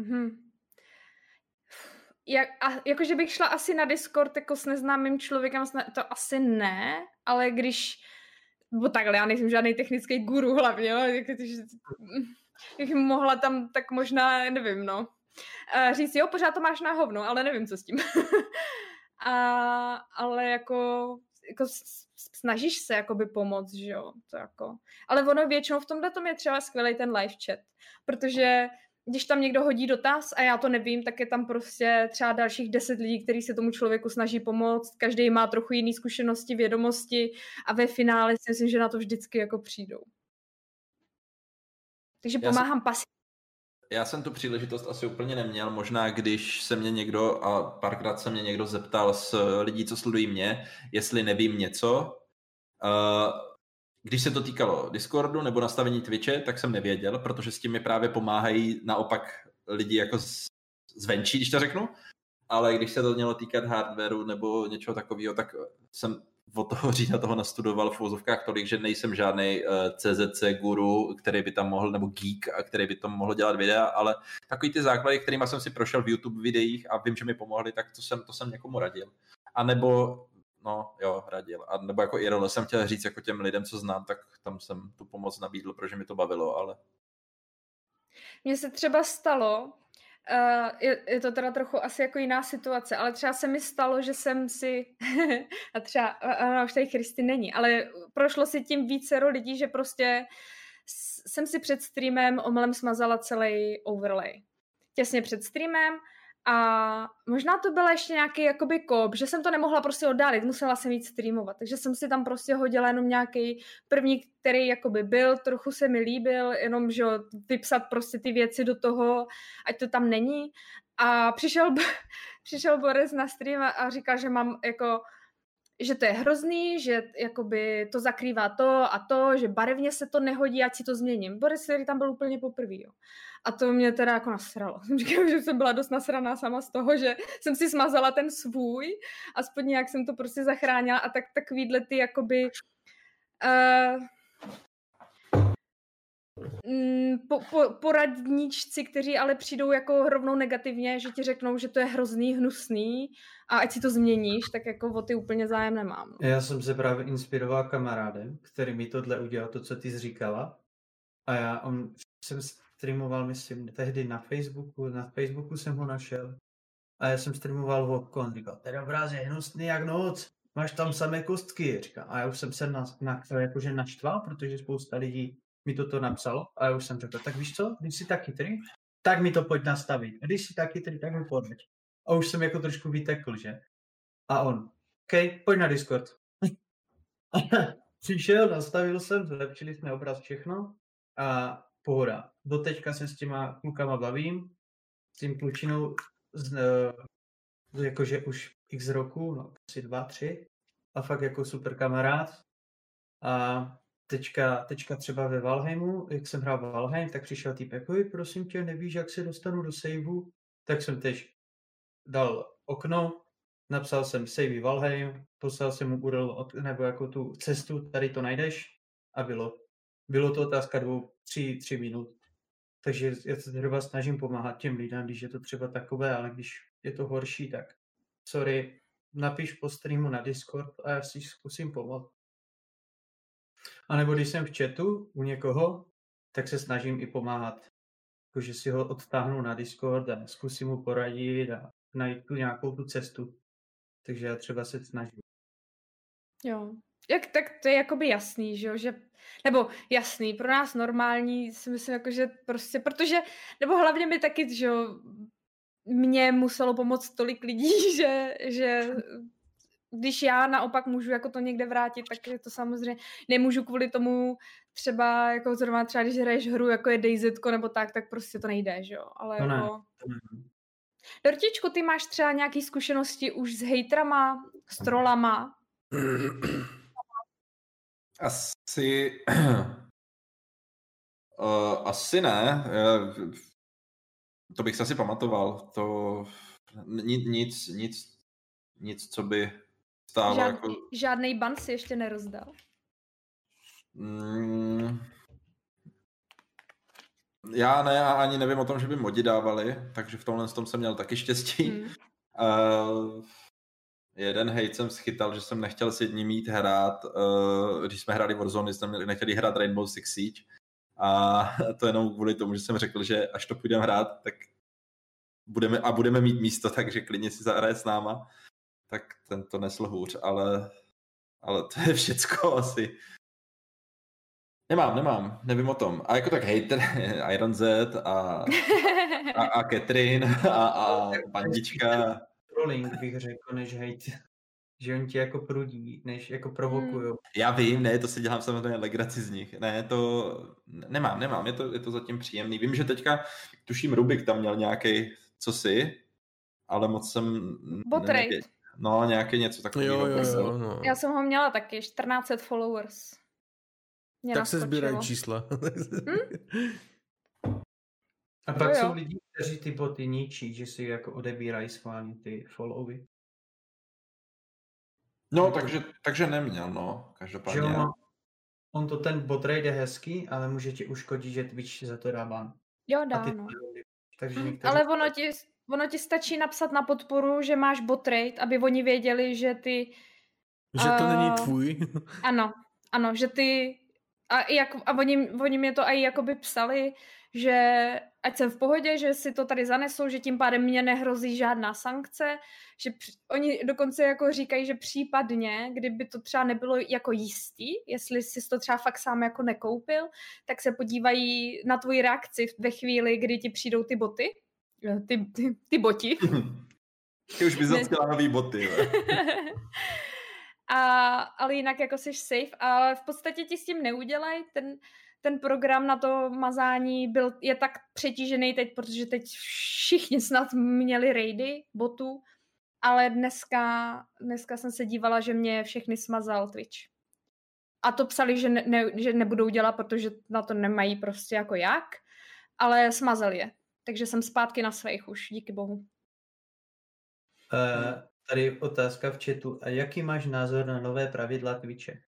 Jakože bych šla asi na Discord jako s neznámým člověkem, to asi ne, ale když... Bo takhle, já nejsem žádný technický guru hlavně, jo. Jak mohla tam tak možná, nevím, no. Říct, jo, pořád to máš na hovno, ale nevím, co s tím. Ale jako snažíš se jakoby pomoct, že jo, to jako. Ale ono většinou v tomhle tom je třeba skvělý ten live chat, protože když tam někdo hodí dotaz a já to nevím, tak je tam prostě třeba dalších 10 lidí, kteří se tomu člověku snaží pomoct, každý má trochu jiný zkušenosti, vědomosti a ve finále si myslím, že na to vždycky jako přijdou. Takže pomáhám pasivně. Já jsem tu příležitost asi úplně neměl, možná když se mě někdo, a párkrát se mě někdo zeptal z lidí, co sledují mě, jestli nevím něco. Když se to týkalo Discordu nebo nastavení Twitche, tak jsem nevěděl, protože s tím mi právě pomáhají naopak lidi jako zvenčí, když to řeknu. Ale když se to mělo týkat hardwareu nebo něčeho takového, tak jsem od toho října toho nastudoval v uvozovkách tolik, že nejsem žádný CZC guru, který by tam mohl, nebo geek, a který by tam mohl dělat videa, ale takový ty základy, kterýma jsem si prošel v YouTube videích a vím, že mi pomohli, tak to jsem někomu radil. A nebo, radil. A nebo jako IRL jsem chtěl říct jako těm lidem, co znám, tak tam jsem tu pomoc nabídl, protože mi to bavilo, ale... Mně se třeba stalo, je to teda trochu asi jako jiná situace, ale třeba se mi stalo, že jsem si, a třeba, už tady Christy není, ale prošlo si tím vícero lidí, že prostě jsem si před streamem omylem smazala celý overlay. Těsně před streamem a možná to byla ještě nějaký jakoby kop, že jsem to nemohla prostě oddálit, musela jsem jít streamovat, takže jsem si tam prostě hodila jenom nějaký první, který jakoby byl, trochu se mi líbil, jenom, že vypsat prostě ty věci do toho, ať to tam není. A přišel Boris na stream a říkal, že mám jako, že to je hrozný, že jakoby to zakrývá to a to, že barevně se to nehodí, ať si to změním. Boris, který tam byl úplně poprvý, jo. A to mě teda jako nasralo. Říkám, že jsem byla dost nasraná sama z toho, že jsem si smazala ten svůj, aspoň nějak jsem to prostě zachránila a takovýhle ty jakoby poradníčci, kteří ale přijdou jako rovnou negativně, že ti řeknou, že to je hrozný, hnusný a ať si to změníš, tak jako o ty úplně zájem nemám. No. Já jsem se právě inspiroval kamarádem, který mi tohle udělal, to, co ty jsi říkala. A jsem streamoval, myslím, tehdy na Facebooku jsem ho našel. A já jsem streamoval Vokko, on říkal, ten obráz je hnusný jak noc, máš tam samé kostky. Říkal, a já už jsem se jakože naštval, protože spousta lidí mi toto napsalo a já už jsem řekl, tak víš co, když jsi tak chytrý, tak mi to pojď nastavit. A když jsi tak chytrý, tak mi pojď. A už jsem jako trošku vytekl, že? A on, OK, pojď na Discord. Přišel, nastavil jsem, zlepšili jsme obraz, všechno a pohoda. Doteďka se s těma klukama bavím, s tím klučinou, jakože už x roku, no asi 2, 3 a fakt jako super kamarád. A teďka třeba ve Valheimu, jak jsem hrál Valheim, tak přišel týpek, prosím tě, nevíš, jak se dostanu do saveu? Tak jsem teď dal okno, napsal jsem save Valheim, poslal jsem mu URL, nebo jako tu cestu, tady to najdeš a bylo to otázka 2-3 minut. Takže já se třeba snažím pomáhat těm lidem, když je to třeba takové, ale když je to horší, tak sorry, napiš po streamu na Discord a já si zkusím pomoct. A nebo když jsem v chatu u někoho, tak se snažím i pomáhat. Jakože si ho odtáhnu na Discord a zkusím mu poradit a najít tu nějakou tu cestu. Takže já třeba se snažím. Jo. Tak to je jakoby jasný, že nebo jasný, pro nás normální, si myslím, jako, že prostě, protože, nebo hlavně mi taky, že mě muselo pomoct tolik lidí, že když já naopak můžu jako to někde vrátit, tak je to samozřejmě, nemůžu kvůli tomu třeba, jako zrovna třeba, když hraješ hru, jako je DayZko nebo tak prostě to nejde, že jo, ale no jako... Dortičku, ty máš třeba nějaké zkušenosti už s hejtrama, s trollama? Asi ne. To bych se asi pamatoval. To nic, co by stálo jako... Žádnej ban si ještě nerozdal? Já ne, a ani nevím o tom, že by modi dávali, takže v tomhle tom jsem měl taky štěstí. Jeden hejt jsem schytal, že jsem nechtěl s jedním jít hrát, když jsme hráli Warzone, jsem nechtěl hrát Rainbow Six Siege. A to jenom kvůli tomu, že jsem řekl, že až to půjdeme hrát, tak budeme mít místo, takže klidně si zahraje s náma. Tak ten to nesl hůř, ale to je všecko asi. Nemám, nevím o tom. A jako tak hater, Iron Z a Catherine a Bandička. Trolling bych řekl, než hate. Že on ti jako prudí, než jako provokujou. Já vím, ne, to si dělám samozřejmě legraci z nich. Ne, to nemám, je to zatím příjemný. Vím, že teďka, tuším, Rubik tam měl nějaký cosi, ale moc jsem... Botrate. No, nějaký něco takového. Jo, no. Já jsem ho měla taky, 1400 followers. Mě tak naskočilo. se sbírají čísla. A pak jsou lidi, kteří ty boty ničí, že si jako odebírají schválně ty followy. No, takže neměl, no, každopádně. Že on to ten botrate je hezký, ale může ti uškodit, že Twitch za to dá ban. Jo, dá, no. Takže ale ono ti stačí napsat na podporu, že máš botrate, aby oni věděli, že ty... Že to není tvůj. Ano, že ty... A oni mě to i jakoby psali, že ať jsem v pohodě, že si to tady zanesou, že tím pádem mě nehrozí žádná sankce, že oni dokonce jako říkají, že případně, kdyby to třeba nebylo jako jistý, jestli jsi to třeba fakt sám jako nekoupil, tak se podívají na tvoji reakci ve chvíli, kdy ti přijdou ty boty, ty boti. Ty už bys chtěla nový boty. Ale jinak jako jsi safe, ale v podstatě ti s tím neudělají, ten program na to mazání je tak přetížený teď, protože teď všichni snad měli raidy botů, ale dneska jsem se dívala, že mě všechny smazal Twitch. A to psali, že nebudou dělat, protože na to nemají prostě jako jak, ale smazal je. Takže jsem zpátky na svých už, díky bohu. Tady otázka v chatu. A jaký máš názor na nové pravidla Twitche?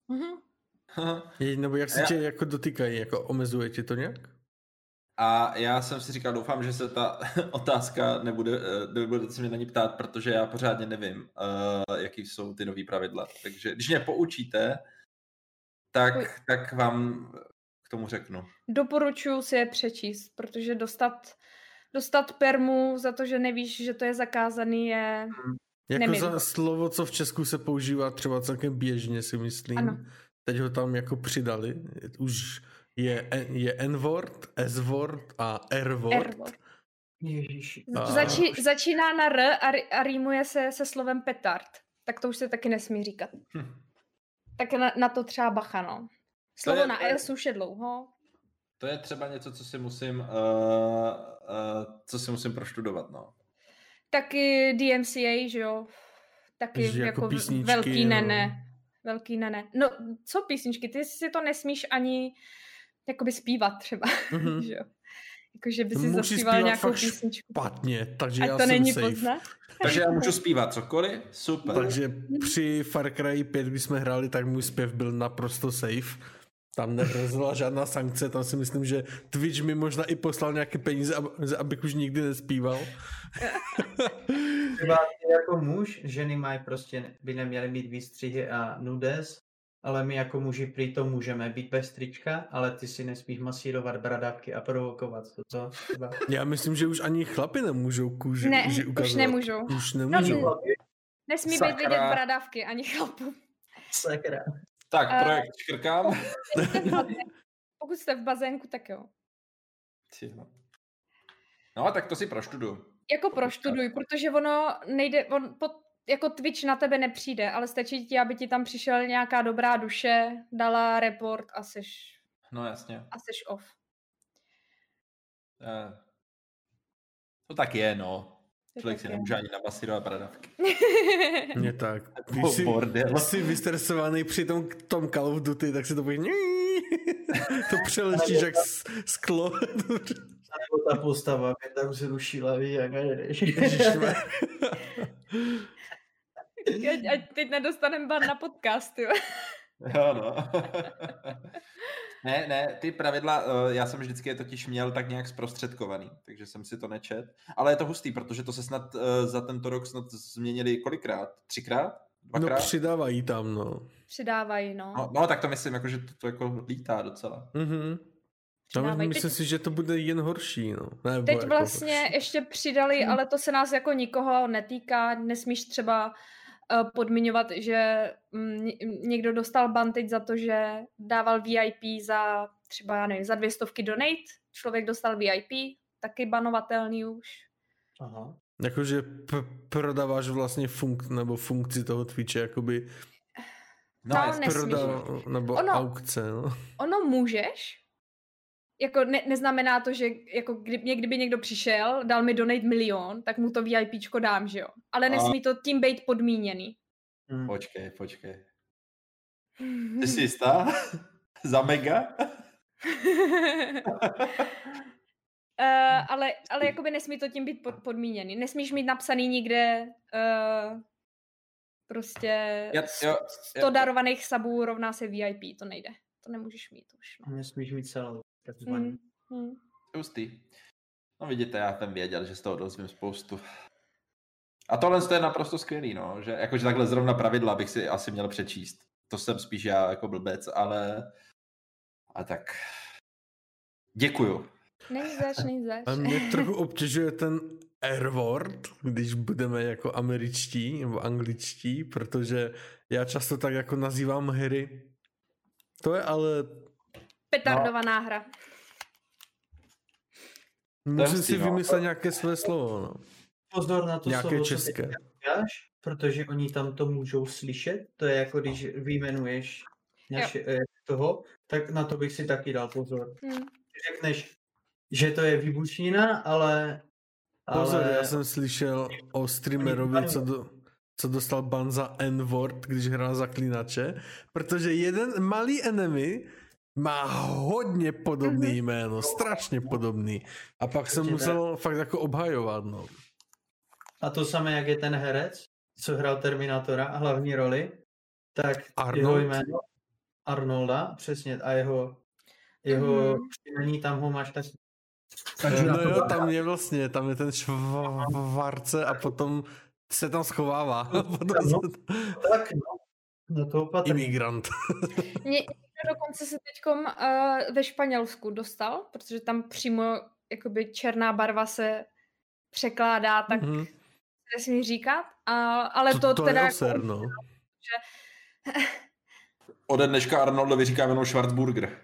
Nebo jak se tě jako dotýkají, jako omezuje tě to nějak? A já jsem si říkal, doufám, že se ta otázka nebude se mě na ní ptát, protože já pořádně nevím, jaký jsou ty nový pravidla. Takže když mě poučíte, tak vám k tomu řeknu. Doporučuji si je přečíst, protože dostat permu za to, že nevíš, že to je zakázaný, je... Jako nemilý. za slovo, co v Česku se používá třeba celkem běžně, si myslím. Ano. Teď ho tam jako přidali. Už je N-word, S-word a R-word. Ježiši. Začíná na R a rýmuje se slovem petard. Tak to už se taky nesmí říkat. Tak na to třeba bacha, no. Slovo na S už je dlouho. To je třeba něco, co si musím proštudovat, no. Taky DMCA, že jo? Taky že jako velký nene. Velký nene. No, co písničky? Ty si to nesmíš ani jakoby zpívat třeba, že jo? Jakože by si zaspíval nějakou písničku. Špatně, takže já jsem to není safe. poznat. Takže já můžu zpívat cokoliv? Super. Takže při Far Cry 5, když jsme hráli, tak můj zpěv byl naprosto safe. Tam nehrozila žádná sankce, tam si myslím, že Twitch mi možná i poslal nějaké peníze, abych už nikdy nespíval. Třeba jako muž, ženy mají prostě, by neměly mít výstřihy a nudes, ale my jako muži prý to můžeme být bez trička, ale ty si nesmíš masírovat bradavky a provokovat. To třeba. Já myslím, že už ani chlapi nemůžou kůži ukazovat. Už nemůžou. Už nemůžou. No, nesmí být vidět bradavky ani chlapů. Sakra. Tak, projekt škrkám. Pokud jste v bazénku, tak jo. No, tak to si proštuduju. Jako proštuduj, protože ono nejde, jako Twitch na tebe nepřijde, ale stačí ti, aby ti tam přišel nějaká dobrá duše, dala report a seš... No jasně. A seš off. To tak je, no. Člověk si nemůže ani namasírovat bradavky. Je tak. Když jsi vystresovaný při tom Call of Duty, tak si to bude... To přelečíš jak sklo. ta postava mě tak zrušila, víš, jak Ať teď nedostaneme ban na podcast, jo. Jo, no. Ne, ty pravidla, já jsem vždycky je totiž měl tak nějak zprostředkovaný, takže jsem si to nečet. Ale je to hustý, protože to se snad za tento rok snad změnili kolikrát? 3krát? 2krát? No přidávají tam, no. Přidávají, no. No, tak to myslím, jako, že to jako lítá docela. Myslím si, že to bude jen horší, no. Nebo teď jako vlastně horší. ještě přidali, ale to se nás jako nikoho netýká, nesmíš třeba podmiňovat, že někdo dostal ban teď za to, že dával VIP za třeba, já nevím, za 200 donate, člověk dostal VIP, taky banovatelný už. Aha. Jakože prodáváš vlastně funkci toho Twitche, jakoby nebo aukce, no. Ono můžeš, jako neznamená to, že jako kdyby někdo přišel, dal mi donate 1 000 000, tak mu to VIPčko dám, že jo. Ale nesmí to tím být podmíněný. Počkej. Ty jsi jistá? Za mega? ale jakoby nesmí to tím být podmíněný. Nesmíš mít napsaný nikde prostě 100 darovaných sabů rovná se VIP, to nejde. To nemůžeš mít už. No. Nesmíš mít celou. Hustý. No vidíte, já jsem věděl, že z toho dozvím spoustu. A tohle je naprosto skvělý, no, že jakože takhle zrovna pravidla bych si asi měl přečíst. To jsem spíš já jako blbec, ale a tak děkuju. Není zač. A mě trochu obtěžuje ten R-word, když budeme jako američtí nebo angličtí, protože já často tak jako nazývám hry. To je ale... petardovaná hra. Musím si vymyslet nějaké své slovo, no. Pozor na to nějaké slovo, české. co ty říkáš, protože oni tam to můžou slyšet. To je jako když vyjmenuješ toho, tak na to bych si taky dal pozor. Řekneš, že to je výbušnina, ale... Pozor, já jsem slyšel o streamerovi, co dostal ban za N-word, když hrál Zaklínače, protože jeden malý enemy má hodně podobný jméno, strašně podobný. A pak jsem musel fakt jako obhajovat, no. A to samé, jak je ten herec, co hrál Terminátora a hlavní roli, tak jeho jméno Arnolda, přesně, a jeho příjmení tam ho máš tak... No jo, tam je vlastně, tam je ten Švarce a potom se tam schovává. Tak, no to opatrně. Imigrant. Dokonce se teďkom ve Španělsku dostal, protože tam přímo jakoby černá barva se překládá, tak nesmí říkat, ale to teda... je oser, no. Že... Ode dneška Arnoldovi říkáme jenom Schwarzburger.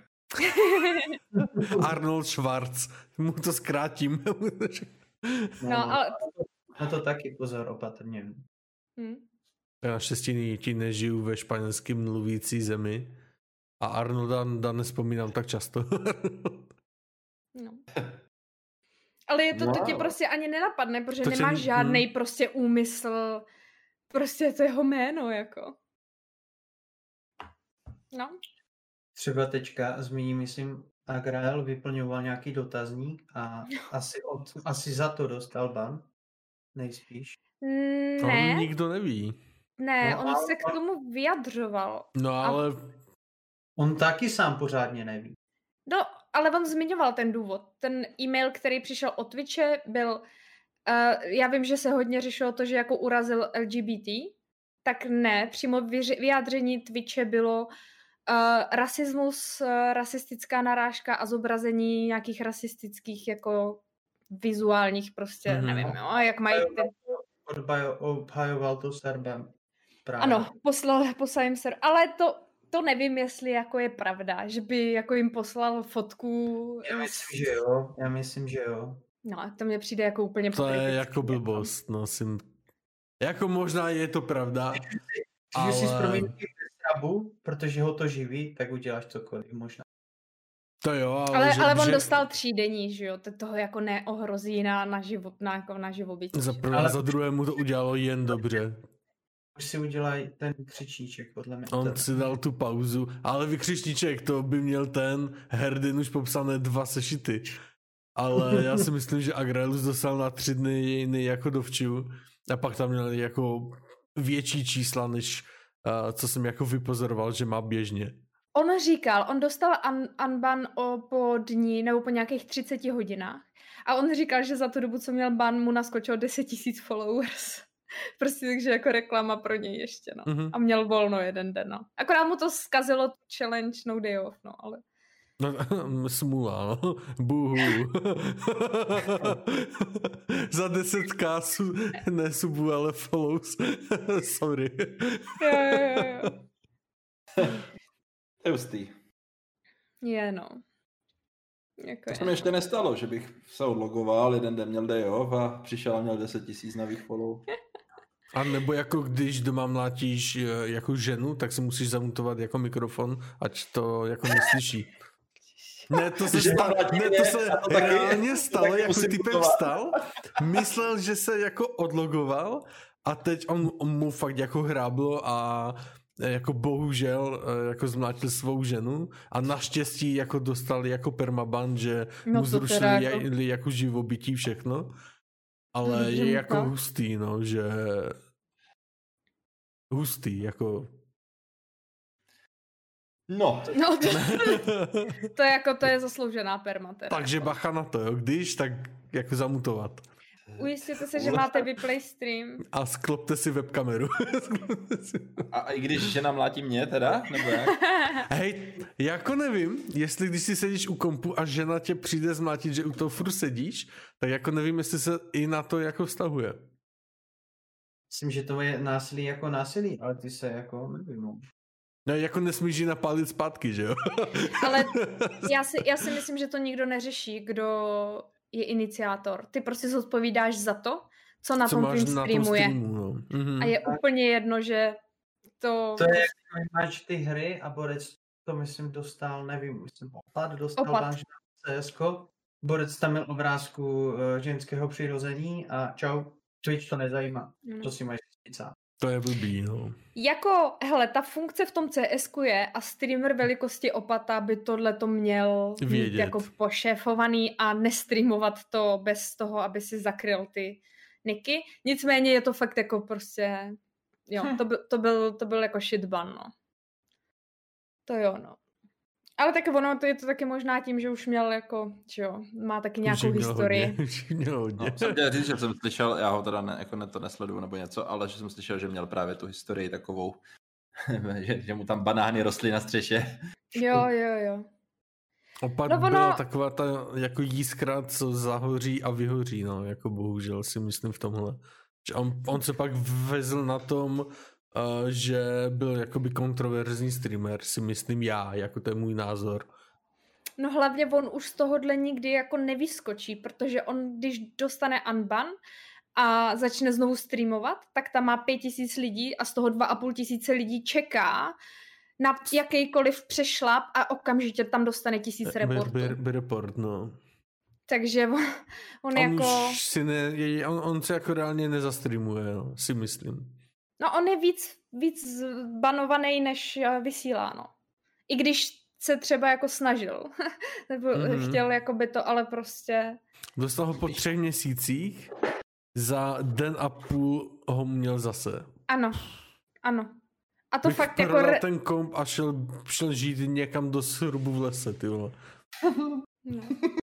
Arnold Schwarz. Mu to zkrátím. Ale... Na to taky pozor, opatrně. Já naštěstí nežiju ve španělsky mluvící zemi a Arnolda nespomínám tak často. No. Ale je to tě prostě ani nenapadne, protože nemáš žádnej prostě úmysl. Prostě to jeho jméno, jako. No. Třeba teďka zmíním, myslím, Agrael vyplňoval nějaký dotazník a asi za to dostal ban. Nejspíš. Ne. To nikdo neví. Ne, on se k tomu vyjadřoval. No ale... On taky sám pořádně neví. No, ale on zmiňoval ten důvod. Ten e-mail, který přišel od Twitche, byl... já vím, že se hodně řešilo to, že jako urazil LGBT, tak ne, přímo vyjádření Twitche bylo rasismus, rasistická narážka a zobrazení nějakých rasistických jako vizuálních prostě, nevím, jo, jak mají ten... Obhajoval to Serbem. Právě. Ano, poslal jim ser, ale to nevím, jestli jako je pravda, že by jako jim poslal fotku. Já myslím, že jo. No, to mně přijde jako úplně to je jako blbost, no, jako možná je to pravda, ale... Když si zproměníš Srabu, protože ho to živí, tak uděláš cokoliv, možná. To jo, ale on dostal 3denní, že jo, to toho jako neohrozí na živobytí. Za prvé, ale za druhé mu to udělalo jen dobře. Už si udělají ten křičníček, podle mě. On si dal tu pauzu, ale vykřičníček, to by měl ten Herdin už popsané 2 sešity. ale já si myslím, že Agraelus dostal na 3 dny jako dovču a pak tam měl jako větší čísla, než co jsem jako vypozoroval, že má běžně. On říkal, on dostal unban po dní nebo po nějakých 30 hodinách a on říkal, že za tu dobu, co měl ban, mu naskočilo 10 000 followers. Prostě takže jako reklama pro něj ještě, no. Mm-hmm. A měl volno jeden den, no. Akorát mu to zkazilo challenge no day off, no, ale... No, smůla, no. Buhu. Za 10k ne subu, ale follows. Sorry. Jo. To je hustý. Je, no. Jako to se mi ještě nestalo, že bych se odlogoval, jeden den měl day off a přišel a měl 10 000 nových follow. A nebo jako když doma mlátíš jako ženu, tak si musíš zamutovat jako mikrofon, ať to jako neslyší. Ne, to se reálně stalo, jako typek vstal, myslel, že se jako odlogoval a teď on mu fakt jako hráblo a jako bohužel jako zmlátil svou ženu a naštěstí jako dostali jako permaban, že mu zrušili jako živobytí všechno, ale je jako hustý, no, že hustý, jako No to je zasloužená perma teda. Takže bacha na to, jo, když, tak jako zamutovat. Ujistěte se, že máte vyplay stream. A sklopte si webkameru. A i když žena mlátí mě teda, nebo jak? Hej, jako nevím, jestli když si sedíš u kompu a žena tě přijde zmlátit, že u toho furt sedíš, tak jako nevím, jestli se i na to jako vztahuje. Myslím, že to je násilí jako násilí, ale ty se jako nevím. No jako nesmíš ji napálit zpátky, že jo? Ale já si myslím, že to nikdo neřeší, kdo je iniciátor. Ty prostě zodpovídáš za to, co na tom tvým streamu je. No. Mm-hmm. A je úplně jedno, že to... To je jak máš ty hry a Borec to myslím dostal, nevím, myslím Opat dostal na CSko. Borec tam měl obrázku ženského přirození a čau, Twitch to nezajímá. To si máš říct sám. To je blbý, no. Jako, hele, ta funkce v tom CSku je a streamer velikosti Opata by tohleto měl mít jako pošéfovaný a nestreamovat to bez toho, aby si zakryl ty niky. Nicméně je to fakt jako prostě, jo, to byl jako shitban, no. To jo, no. Ale tak ono, to je to taky možná tím, že už měl jako, že jo, má taky nějakou historii. Hodně. No, jsem chtěl říct, že jsem slyšel, já ho teda to nesleduju nebo něco, ale že jsem slyšel, že měl právě tu historii takovou, že mu tam banány rostly na střeše. Jo. Opak byla taková ta jako jiskra, co zahoří a vyhoří, no, jako bohužel si myslím v tomhle. Že on se pak vezl na tom, že byl jakoby kontroverzní streamer, si myslím já, jako to je můj názor. No hlavně on už z tohohle nikdy jako nevyskočí, protože on, když dostane unban a začne znovu streamovat, tak tam má 5000 lidí a z toho 2500 lidí čeká na jakýkoliv přešlap a okamžitě tam dostane 1000 reportů. Report, no. Takže on jako... Už si on se jako reálně nezastreamuje, no, si myslím. No on je víc banovaný, než vysílá, no. I když se třeba jako snažil. Nebo chtěl jakoby to, ale prostě... Dostal ho po 3 měsících, za den a půl ho měl zase. Ano. A to bych fakt jako... ten komp a šel žít někam do srubu v lese, ty vole. No.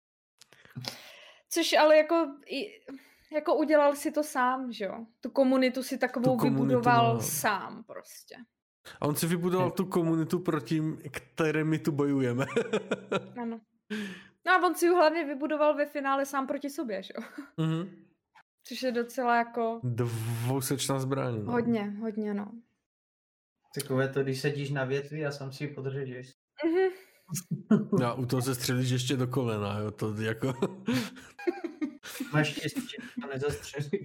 Což ale jako udělal si to sám, že jo? Tu komunitu si takovou vybudoval sám prostě. A on si vybudoval tu komunitu, proti které my tu bojujeme. Ano. No a on si ji hlavně vybudoval ve finále sám proti sobě, že jo? Mm-hmm. Což je docela jako... Dvousečná zbraň. No. Hodně, no. Takové to, když sedíš na větvi a sám si ji podřežeš. Mhm. A u toho se střelíš ještě do kolena, jo, to jako... Máš štěstí, že to nezastřelí.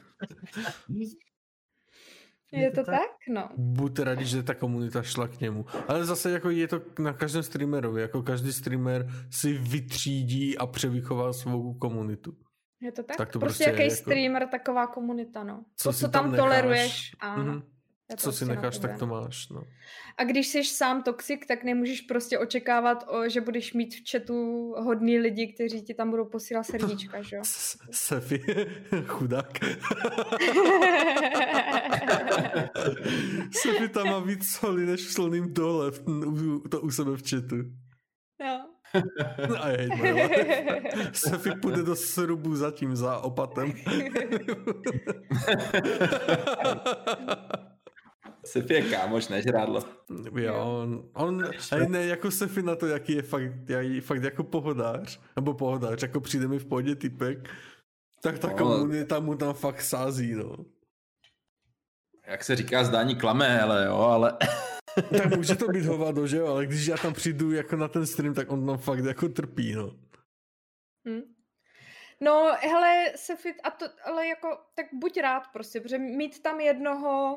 Je to tak? No. Buďte rádi, že ta komunita šla k němu. Ale zase jako je to na každém streamerovi, jako každý streamer si vytřídí a převychová svou komunitu. Je to tak? Tak to prostě jaký jako... streamer, taková komunita, no. Co tam toleruješ. Ano. Co si necháš, tak to máš, no. A když jsi sám toxik, tak nemůžeš prostě očekávat, že budeš mít v chatu hodný lidi, kteří ti tam budou posílat srdíčka, že jo? Sefi, chudák. Sefi tam má víc soli než v Slným dole, to u sebe v chatu. Jo. I hate my life. Sefi půjde do srubu zatím za opatem. Sefi je kámoš, než rádlo. Jo, on ne jako Sefi na to, jaký je fakt jako pohodář, nebo pohodář, jako přijde mi v pohodě typek, tak ta komunita mu tam fakt sází, no. Jak se říká, zdání klame, ale... Tak může to být hovado, že jo, ale když já tam přijdu jako na ten stream, tak on tam fakt jako trpí, no. No, hele, Sefi, ale jako, tak buď rád prostě, protože mít tam jednoho,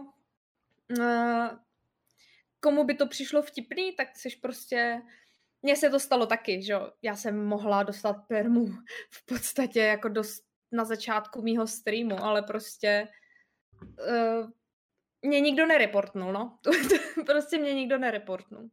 komu by to přišlo vtipný, tak jsi prostě, mně se to stalo taky, že jo, já jsem mohla dostat permu v podstatě jako na začátku mýho streamu, ale prostě mě nikdo nereportnul, no. Prostě mě nikdo nereportnul.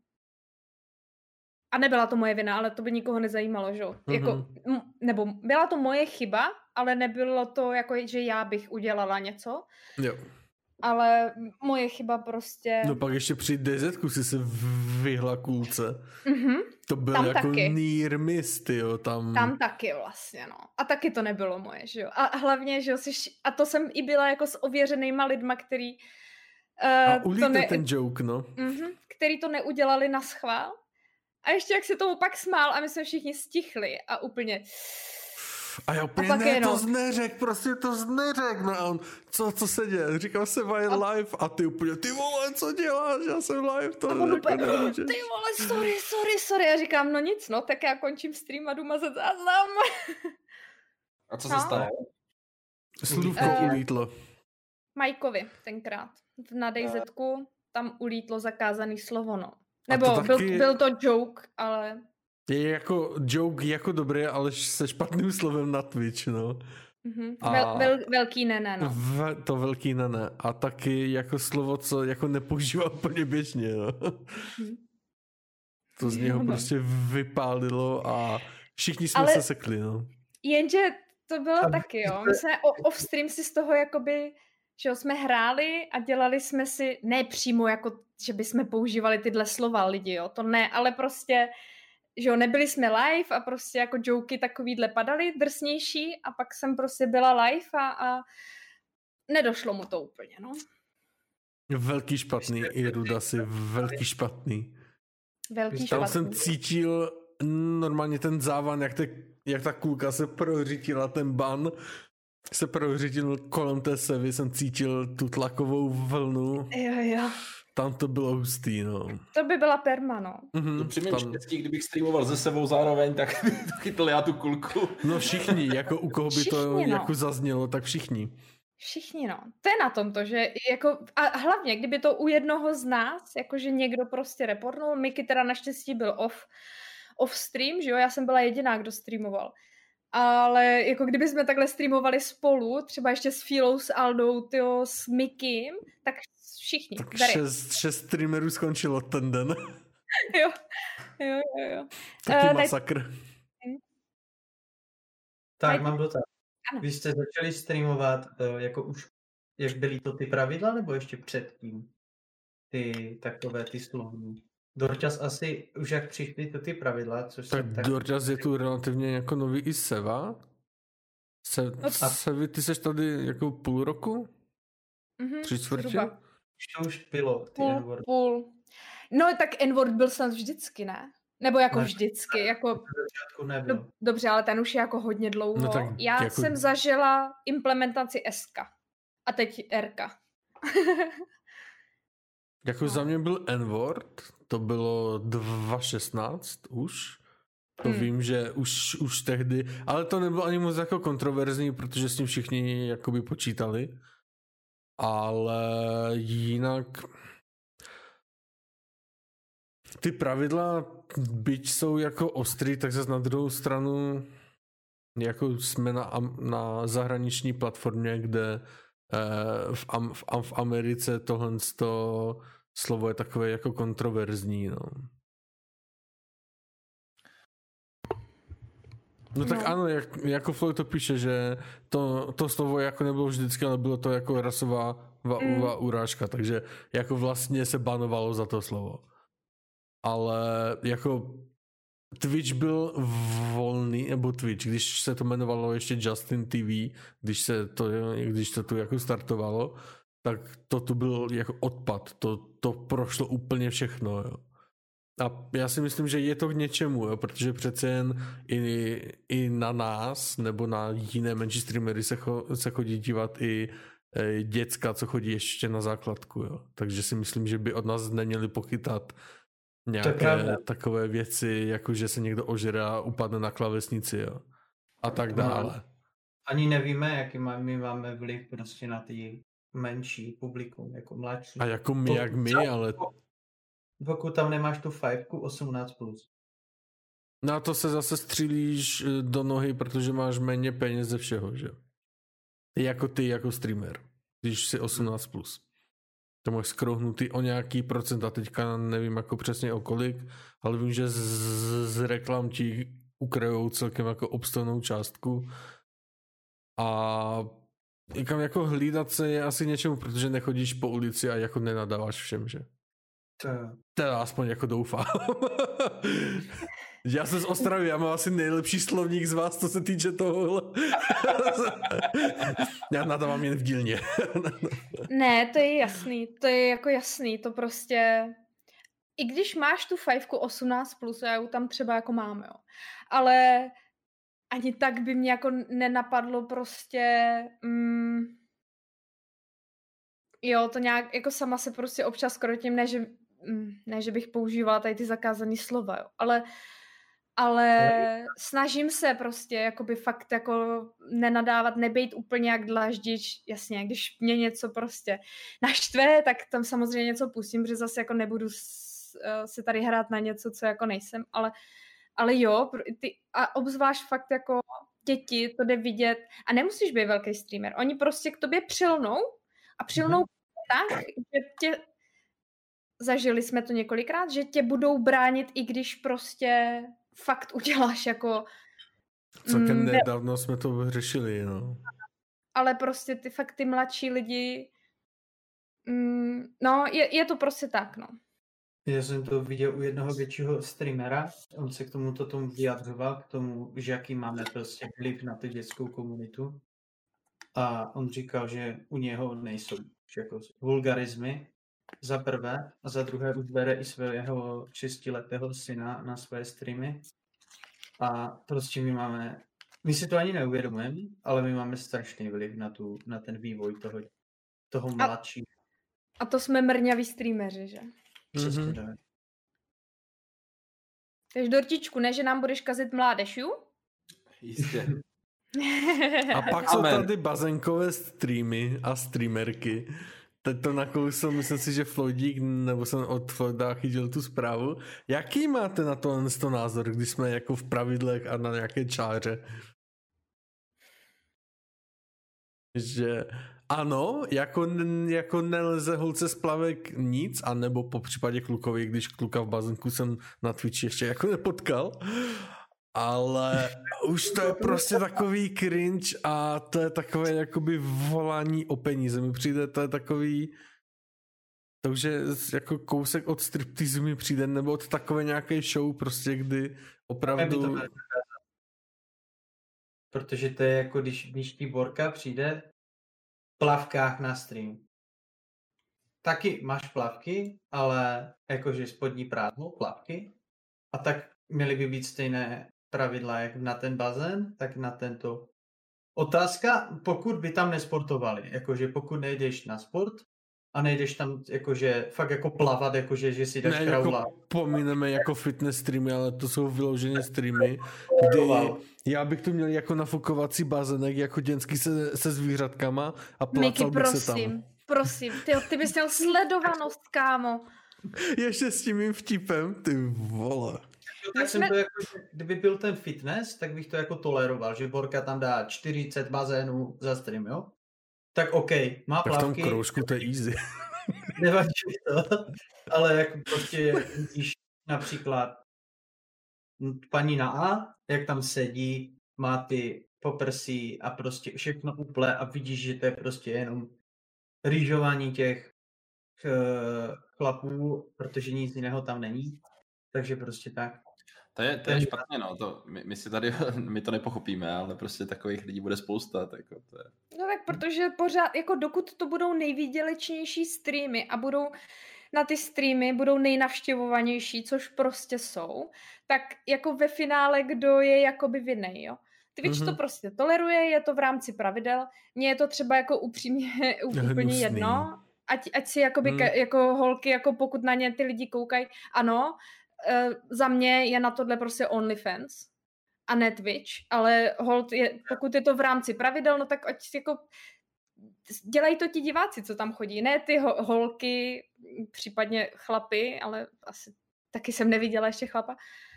A nebyla to moje vina, ale to by nikoho nezajímalo, že jo. Jako, nebo byla to moje chyba, ale nebylo to jako, že já bych udělala něco. Jo. Ale moje chyba prostě... No pak ještě při DZ-ku si se vyhla kulce. To byl tam jako taky. near miss, tyjo, tam... Tam taky vlastně, no. A taky to nebylo moje, že jo. A hlavně, že jo, a to jsem i byla jako s ověřenýma lidma, který... a ulíte ten joke, no. Který to neudělali na schvál. A ještě jak se tomu pak smál a my jsme všichni stichli a úplně... A já úplně ne, to zneřek, prostě to zneřek, no a on, co se děje? Říkal se why live a ty úplně, ty vole, co děláš, já jsem live, to úplně, ty vole, sorry, já říkám, no nic, no, tak já končím stream a jdu mazat záznam. A co se stalo? Slůvko ulítlo. Majkovi tenkrát, na DayZku, tam ulítlo zakázaný slovo, no. Nebo taky... byl to joke, ale... Je jako joke jako dobré, ale se špatným slovem na Twitch, no. Velký ne, no. To velký ne. A taky jako slovo, co jako nepoužívá úplně běžně, no. To z něho prostě vypálilo a všichni jsme se sekli, no. Jenže to bylo taky, jo. My jsme off-stream si z toho jakoby, že jo, jsme hráli a dělali jsme si, ne přímo jako, že bychom používali tyhle slova lidi, jo, to ne, ale prostě, že jo, nebyli jsme live a prostě jako joky takovýhle padaly, drsnější a pak jsem prostě byla live a nedošlo mu to úplně, no. Velký špatný, i Rudasi, velký špatný. Tam jsem cítil normálně ten závan, jak ta kulka se prohřítila, ten ban se prohřítil kolem té Sevy, jsem cítil tu tlakovou vlnu. Jo. Tam to bylo hustý, no. To by byla perma, no. To při mém štěstí, kdybych streamoval se Sevou zároveň, tak bych to chytl já tu kulku. No všichni, jako u koho by všichni, to jako zaznělo, tak všichni. Všichni, no. To je na tom to, že jako, a hlavně, kdyby to u jednoho z nás, jakože někdo prostě reportnul, Miky teda naštěstí byl off stream, že jo, já jsem byla jediná, kdo streamoval. Ale jako kdyby jsme takhle streamovali spolu, třeba ještě s Filou, s Aldou, tyjo, s Mikym, tak všichni. Tak 6 streamerů skončilo ten den. Jo. Taky masakr. Tak, mám dotaz. Vy jste začali streamovat jako už, jak byly to ty pravidla, nebo ještě předtím? Ty slovní. Dorčas asi už jak přišly to ty pravidla, což tak Dorčas je tu relativně jako nový i Seva. Sevi, ty seš tady jako půl roku? 3/4? Už bylo. Půl. No tak N-word byl snad vždycky, ne? Nebo jako ne, vždycky. Jako... nebyl. Dobře, ale ten už je jako hodně dlouho. No já jako... jsem zažila implementaci SK. A teď RK. Jako za mě byl N-word, to bylo 2016 už. To vím, že už tehdy, ale to nebylo ani moc jako kontroverzní, protože s tím všichni jakoby počítali. Ale jinak ty pravidla, byť jsou jako ostrý, tak zase na druhou stranu jako jsme na zahraniční platformě, kde v Americe tohle slovo je takové jako kontroverzní, no. No tak ano, jako Floyd to píše, že to slovo jako nebylo vždycky, ale bylo to jako rasová urážka, takže jako vlastně se banovalo za to slovo. Ale jako Twitch byl volný, nebo Twitch, když se to jmenovalo ještě Justin TV, když to tu jako startovalo, tak to tu byl jako odpad, to prošlo úplně všechno, jo. A já si myslím, že je to k něčemu, jo, protože přece jen i na nás, nebo na jiné menší streamery se chodí dívat i děcka, co chodí ještě na základku, jo. Takže si myslím, že by od nás neměli pochytat nějaké takové věci, jako že se někdo ožere a upadne na klávesnici, jo. A tak dále. Ani nevíme, jaký my máme vliv prostě na ty menší publikum, jako mladší. A jako my, ale... Pokud tam nemáš tu 5 18+. No a to se zase střílíš do nohy, protože máš méně peněz ze všeho, že? Jako ty, jako streamer. Když jsi 18+. To máš skrouhnutý o nějaký procent a teďka nevím jako přesně o kolik, ale vím, že z reklam ti ukrajou celkem jako obstojnou částku a někam jako hlídat se je asi něčemu, protože nechodíš po ulici a jako nenadáváš všem, že? Teda aspoň jako doufám. Já jsem z Ostravy, já mám asi nejlepší slovník z vás, co se týče tohohle. Já nadávám jen v dílně. Ne, to je jasný, to je jako jasný, to prostě... I když máš tu 5 18+, já ji tam třeba jako mám, jo. Ale ani tak by mě jako nenapadlo prostě... Jo, to nějak, jako sama se prostě občas krotím, ne, že bych používala tady ty zakázané slova, jo. Ale snažím se prostě jakoby fakt jako nenadávat, nebejt úplně jak dlaždič, jasně, když mě něco prostě naštve, tak tam samozřejmě něco pustím, protože zase jako nebudu si tady hrát na něco, co jako nejsem, ale jo, a obzvlášť fakt jako děti, to jde vidět a nemusíš být velký streamer, oni prostě k tobě přilnou a přilnou tak, že tě zažili jsme to několikrát, že tě budou bránit, i když prostě fakt uděláš jako... Celkem nedávno jsme to řešili, no. Ale prostě ty mladší lidi... no, je to prostě tak, no. Já jsem to viděl u jednoho většího streamera, on se k tomu vyjadřoval, k tomu, že jaký máme prostě vliv na tu dětskou komunitu. A on říkal, že u něho nejsou jako vulgarizmy, za prvé, a za druhé už bere i svého 6letého syna na své streamy. A prostě my si to ani neuvědomujeme, ale my máme strašný vliv na ten vývoj toho mladšího. A to jsme mrňaví streameři, že? Přesně tak. Takže Dortičku, ne, že nám budeš kazit mládež, jo? Jistě. A pak jsou tady bazenkové streamy a streamerky. Teď to nakousl, myslím si, že Floydík, nebo jsem od Floyda chytil tu zprávu. Jaký máte na to názor, když jsme jako v pravidlech a na nějaké čáře? Že ano, jako nelze holce z plavek nic, anebo po případě klukovi, když kluka v bazenku jsem na Twitchi ještě jako nepotkal. Ale už to je prostě takový cringe a to je takové jakoby volání o peníze. Mi přijde, to je takový, to už je jako kousek od striptizu mi přijde, nebo od takové nějaké show prostě, kdy opravdu... Protože to je jako, když ti Borka přijde v plavkách na stream. Taky máš plavky, ale jakože spodní prádlo, plavky. A tak měly by být stejné pravidla jak na ten bazén, tak na tento. Otázka, pokud by tam nesportovali, jakože pokud nejdeš na sport a nejdeš tam jakože fakt jako plavat, jakože že si dáš kraula. Jako pomineme jako fitness streamy, ale to jsou vyloženě streamy, kdy já bych to měl jako nafukovací bazének, jako dětský se zvířatkama a placal bych se tam. Prosím, ty bys měl sledovanost, kámo. Ještě s tím mým vtipem, ty vole. Tak jsem to jako, kdyby byl ten fitness, tak bych to jako toleroval, že Borka tam dá 40 bazénů za stream, jo? tak OK, má Tak v tom plavky, kroužku to je easy. nevadí to, ale jako prostě vidíš například paní na A, jak tam sedí, má ty poprsí a prostě všechno uple a vidíš, že to je prostě jenom rýžování těch chlapů, protože nic jiného tam není. Takže prostě tak. To je špatně, no. My si tady, my to nepochopíme, ale prostě takových lidí bude spousta. Tak to je. No tak protože pořád, jako dokud to budou nejvýdělečnější streamy a budou na ty streamy budou nejnavštěvovanější, což prostě jsou, tak jako ve finále, kdo je jakoby vinnej, jo. Twitch to prostě toleruje, je to v rámci pravidel. Mně je to třeba jako upřímně úplně jedno. Ať si jakoby jako holky, jako pokud na ně ty lidi koukají, ano, za mě je na tohle prostě OnlyFans a ne Twitch, ale pokud je to v rámci pravidel, no tak ať jako dělají to ti diváci, co tam chodí, ne ty holky, případně chlapy, ale asi taky jsem neviděla ještě chlapa,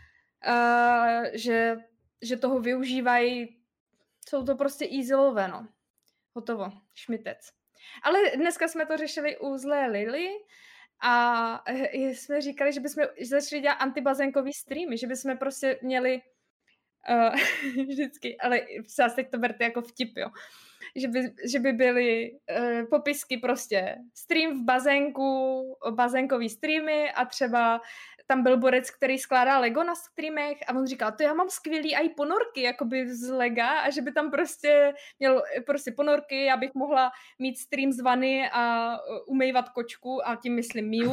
že toho využívají, jsou to prostě easy love, no. Hotovo, šmitec. Ale dneska jsme to řešili u Zlé Lily a jsme říkali, že bychom začali dělat antibazénkový streamy, že bychom prostě měli vždycky, ale zase teď to berte jako vtip, jo. Že by byly popisky prostě stream v bazénku, bazénkový streamy a třeba tam byl borec, který skládá Lego na streamech a on říkal, to já mám skvělý i ponorky jakoby z Lega a že by tam prostě měl prostě ponorky, já bych mohla mít stream z vany a umývat kočku a tím myslím Miu.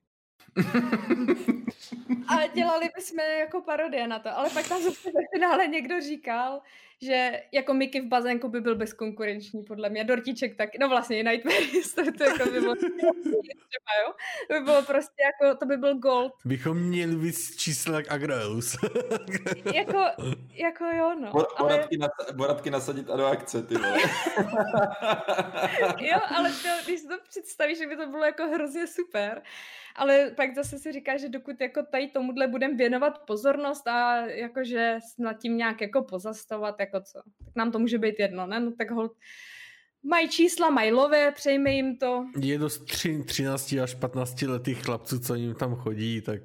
A dělali bychom jako parodie na to, ale pak tam zase ve finále někdo říkal, že jako Mickey v bazénku by byl bezkonkurenční, podle mě. Dortiček tak, no vlastně Nightmares, to jako by bylo třeba, jo? To by bylo prostě jako, to by byl gold. Bychom měli víc čísla jak Agraeus. jako jo, no. Boratky nasadit a do akce, ty vole. Jo, ale to, když si to představíš, že by to bylo jako hrozně super. Ale pak zase si říká, že dokud jako tady tomuhle budeme věnovat pozornost a jakože nad tím nějak jako pozastavovat, jako co, tak nám to může být jedno, ne? No tak holt, mají čísla, mají lové, přejme jim to. Je dost 13 až 15 letých chlapců, co jim tam chodí, tak...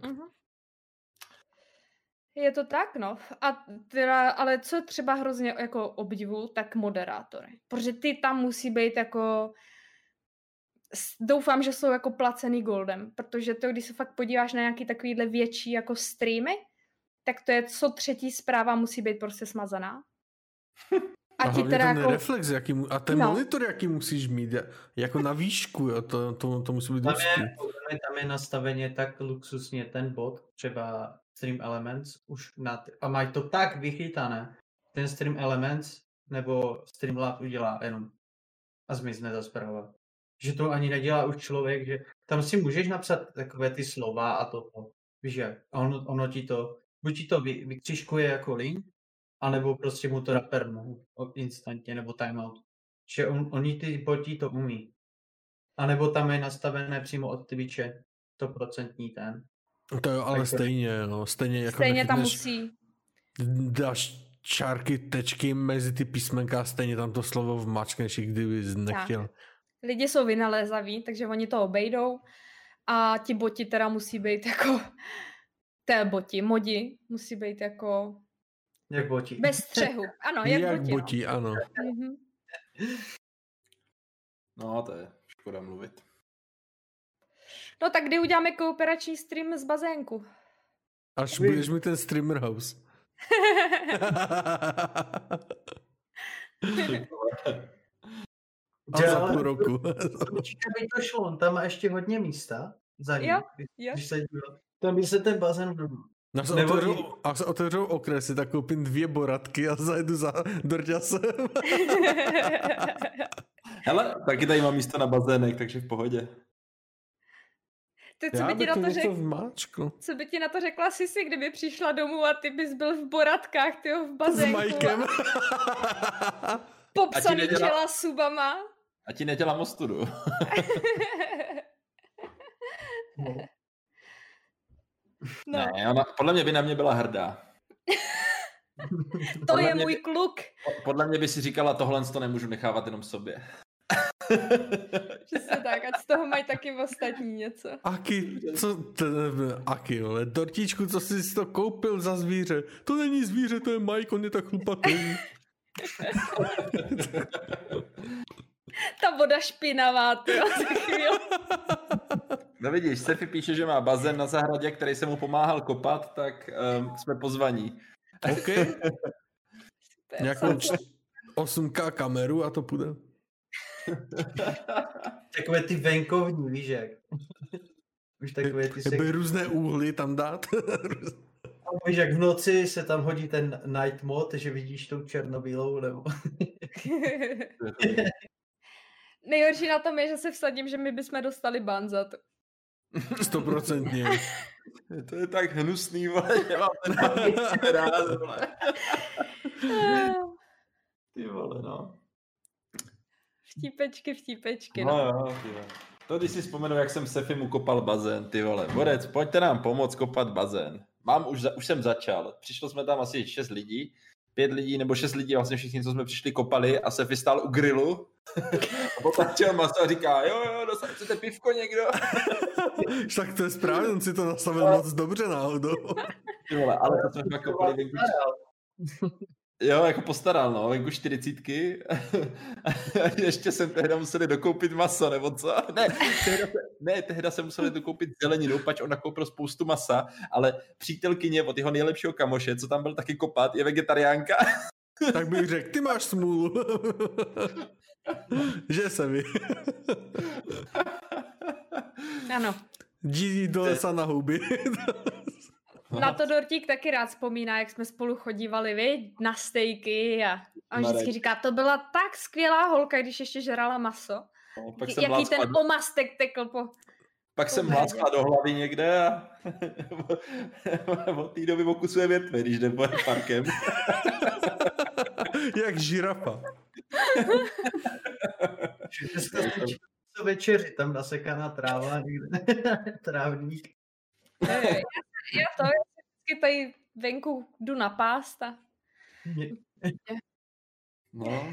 Je to tak, no. A teda, ale co třeba hrozně jako obdivu, tak moderátory. Protože ty tam musí být jako... Doufám, že jsou jako placený goldem, protože to, když se fakt podíváš na nějaký takovýhle větší jako streamy, tak to je co třetí zpráva musí být prostě smazaná. A ti teda ten jako... reflex, a ten monitor, jaký musíš mít, jako na výšku, jo, to musí být úzký. Tam je nastaveně tak luxusně ten bot, třeba Stream Elements, už a mají to tak vychytané, ten Stream Elements nebo Streamlabs udělá jenom a zmizne ta zpráva. Že to ani nedělá už člověk, že tam si můžeš napsat takové ty slova a to, víš jak, a ono ti to, buď ti to vykřižkuje jako link, anebo prostě mu to napernou instantně, nebo timeout. Že oni ty boti to umí. A nebo tam je nastavené přímo od Twitche 100% ten. To jo, ale stejně, no, stejně jako stejně tam musí. Dáš čárky, tečky mezi ty písmenka a stejně tam to slovo vmačkneš, i kdyby nechtěl. Tak. Lidi jsou vynalézaví, takže oni to obejdou a ti boti teda musí být jako modi musí být jako jak boti. Bez střehu. Ano, jak boti, ano. Mm-hmm. No, to je škoda mluvit. No tak kdy uděláme kooperační stream z bazénku? Až budeš mít ten streamer house. A za půl roku. Určitě by to šlo, on tam má ještě hodně místa. Za ním, jo. Když se díval. Tam by se ten bazén a se otevřou okresy, tak koupím 2 boratky a zajedu za Dorťasem. Hele, taky tady mám místo na bazének, takže v pohodě. Co by ti na to řekla Sisi, kdyby přišla domů a ty bys byl v boratkách, tyjo, v bazénku. S Majkem. Popsaný čela subama. A ti nedělám ostudu. No. Ne, ona podle mě by na mě byla hrdá. To je můj kluk. Podle mě by si říkala, tohle to nemůžu nechávat jenom sobě. Přesně tak, ať z toho mají taky ostatní něco. Aki, vole, dortičku, co jsi to koupil za zvíře? To není zvíře, to je Mike, on je tak chlupatý. Ta voda špinavá, ty za chvíli. No vidíš, Sefi píše, že má bazén na zahradě, který se mu pomáhal kopat, tak jsme pozvaní. OK. Nějakou 8K kameru a to půjde. Takové ty venkovní, víš jak. Už takové ty By různé úhly tam dát. Víš jak v noci se tam hodí ten night mode, že vidíš tou černobílou nebo... Nejhorší na tom je, že se vsadím, že my bychom dostali ban za to. 100%. To je tak hnusný, vole, že mám ten rád, vole. Ty vole, no. Vtípečky. No jo, ty vole. To když si vzpomenu, jak jsem Sefimu kopal bazén, ty vole. Borec, pojďte nám pomoct kopat bazén. Už jsem začal. Přišlo jsme tam asi 6 lidí, 5 lidí nebo 6 lidí, vlastně všichni, co jsme přišli, kopali a Sefi stál u grilu a potáčel maso a říká, jo, chcete pivko někdo? Tak to je správně, on si to nastavil moc dobře náhodou. Ty vole, ale to jsme fakt kopali venku. Jo, jako postaral, no, venku 40. Ještě jsem tehda museli dokoupit maso, nebo co? Tehda jsem museli dokoupit zeleninu, pač on nakoupil spoustu masa, ale přítelkyně od jeho nejlepšího kamoše, co tam byl taky kopat, je vegetariánka. Tak bych řekl, ty máš smůlu. Že se ví. Ano. Jdi do lesa na houby. Na to Dortík taky rád vzpomíná, jak jsme spolu chodívali, viď, na stejky a on vždycky říká, to byla tak skvělá holka, když ještě žrala maso. No, jaký ten omastek tekl po... Pak jsem mláskla do hlavy někde a od té doby okusuje větve, když jde parkem. Jak žirafa. Co večeři, tam nasekaná tráva někde. Trávník. Já vždycky tady venku jdu na pást a... No.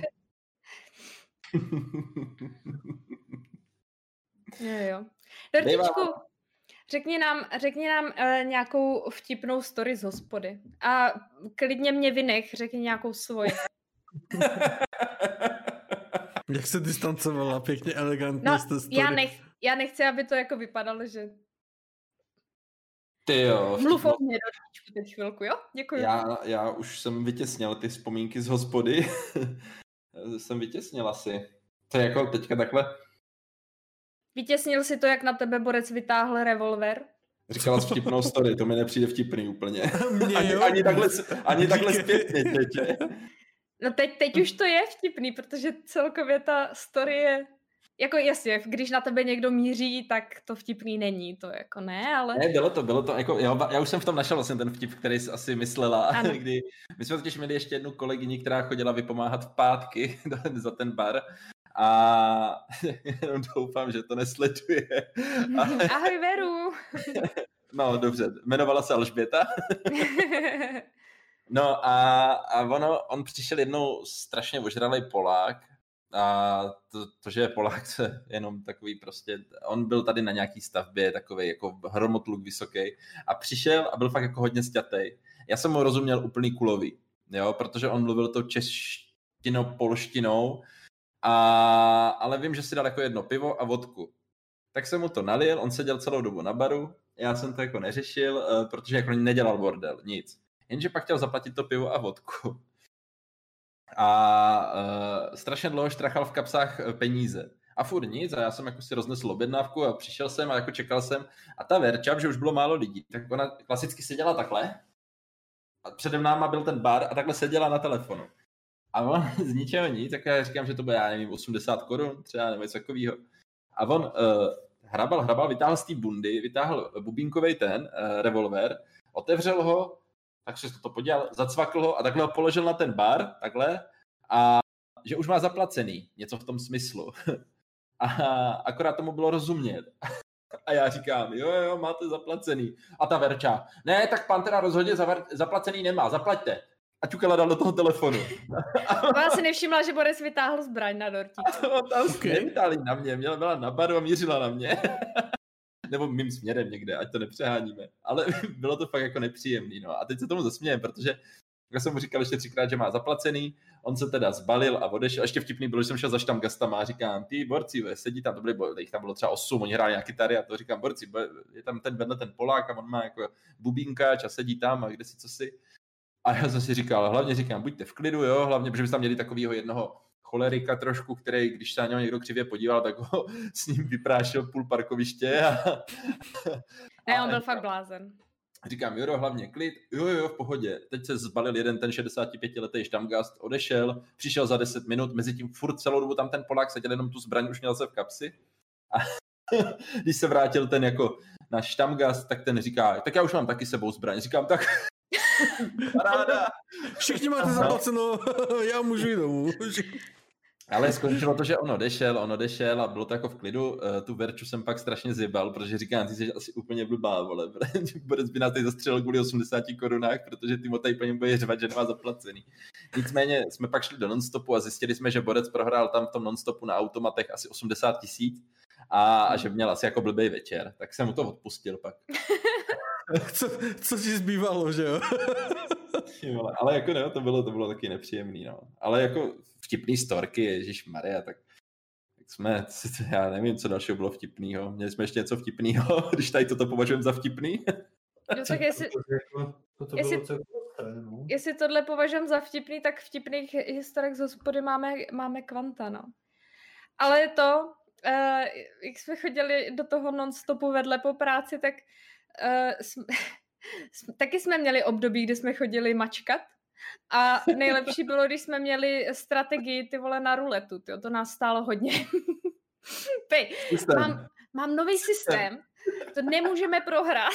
Jo. Dortičku, řekni nám nějakou vtipnou story z hospody. A klidně mě vynech, řekni nějakou svoji. Jak se distancovala, pěkně elegantně z té story. Já nechci, aby to jako vypadalo, že... Ty jo. Mluv o mě, Dortičku, teď chvilku, jo? Děkuji. Já už jsem vytěsnil ty vzpomínky z hospody. Jsem vytěsnil asi. To je jako teďka takhle. Vytěsnil si to, jak na tebe borec vytáhl revolver? Říkala jsi vtipnou story, to mi nepřijde vtipný úplně. Mně ani takhle zpětně teď. No teď už to je vtipný, protože celkově ta story je... Jako jasně, když na tebe někdo míří, tak to vtipný není, to jako ne, ale... Ne, bylo to, jako, já už jsem v tom našel vlastně ten vtip, který jsi asi myslela, kdy my jsme totiž měli ještě jednu kolegyni, která chodila vypomáhat v pátky za ten bar a jenom doufám, že to nesleduje. Ahoj Veru! No dobře, jmenovala se Alžběta. No a on přišel jednou strašně ožralej Polák, a to, že je Polák, se jenom takový prostě, on byl tady na nějaký stavbě, takovej jako hromotluk vysoký a přišel a byl fakt jako hodně sťatej. Já jsem mu rozuměl úplný kulový, jo, protože on mluvil tou češtinou, polštinou, ale vím, že si dal jako jedno pivo a vodku. Tak jsem mu to nalil, on seděl celou dobu na baru, já jsem to jako neřešil, protože jako nedělal bordel, nic. Jenže pak chtěl zaplatit to pivo a vodku. A strašně dlouho štrachal v kapsách peníze. A furt nic, a já jsem jako si roznesl objednávku a přišel jsem a jako čekal jsem. A ta Verča, že už bylo málo lidí, tak ona klasicky seděla takhle. A přede náma byl ten bar a takhle seděla na telefonu. A on z ničeho nic, tak já říkám, že to bylo, já nevím, 80 korun třeba nebo něco takového. A on hrabal, vytáhl z té bundy, vytáhl bubínkovej revolver, otevřel ho, tak se to podíval, zacvakl ho a takhle ho položil na ten bar, takhle, a že už má zaplacený, něco v tom smyslu. A akorát tomu bylo rozumět. A já říkám, jo, máte zaplacený. A ta Verča, ne, tak pan teda rozhodně zaplacený nemá, zaplaťte. a ťukala dál do toho telefonu. Ona si nevšimla, že Boris vytáhl zbraň na dortík. Tam nevytáhli na mě, byla na baru a mířila na mě. Nebo mým směrem někde, ať to nepřeháníme. Ale bylo to fakt jako nepříjemný. No. A teď se tomu zasmějem, protože já jsem mu říkal ještě 3krát, že má zaplacený, on se teda zbalil a odešel. Ještě vtipný bylo, že jsem šel za štamgastama a říkám, ty borci, sedí tam, jich tam bylo třeba 8, oni hráli nějaký kytary a to říkám, borci, je tam vedle ten Polák a on má jako bubínkač a sedí tam a kde si co si. A já jsem si říkal, hlavně říkám, buďte v klidu, jo, hlavně, protože by tam měli takovýho jednoho cholerika trošku, který, když se na něho někdo křivě podíval, tak ho s ním vyprášil půl parkoviště. Ne, on byl fakt blázen. Říkám, Juro, hlavně klid, jo, v pohodě. Teď se zbalil jeden ten 65letý štamgast, odešel, přišel za 10 minut, mezi tím furt celou dobu tam ten Polák seděl, jenom tu zbraň už měl se v kapsi. A když se vrátil ten jako náš štamgast, tak ten říká, tak já už mám taky sebou zbraň. Říkám, tak paráda. Všichni máte zaplaceno, já můžu jít domů. Ale skončilo to, že on odešel a bylo to jako v klidu. Tu Verču jsem pak strašně zjebal, protože říkám, ty jsi asi úplně blbá, vole. Borec by nás tady zastřelil kvůli 80 korunách, protože Timotej po něm bude řvat, že nemá zaplacený. Nicméně jsme pak šli do nonstopu a zjistili jsme, že Borec prohrál tam v tom nonstopu na automatech asi 80 000 a že měl asi jako blbej večer. Tak jsem mu to odpustil pak. Co ti zbývalo, že jo? Ale jako ne, to bylo taky nepříjemný, no. Ale jako vtipný storky, ježišmarja, tak jsme, já nevím, co dalšího bylo vtipnýho. Měli jsme ještě něco vtipnýho, když tady toto považujeme za vtipný. Jo, tak jestli tohle považujeme za vtipný, tak vtipných historek z hospody máme kvanta, no. Ale to, jak jsme chodili do toho non-stopu vedle po práci, tak taky jsme měli období, kdy jsme chodili mačkat a nejlepší bylo, když jsme měli strategii, ty vole, na ruletu, to nás stálo hodně. Mám nový systém, to nemůžeme prohrát.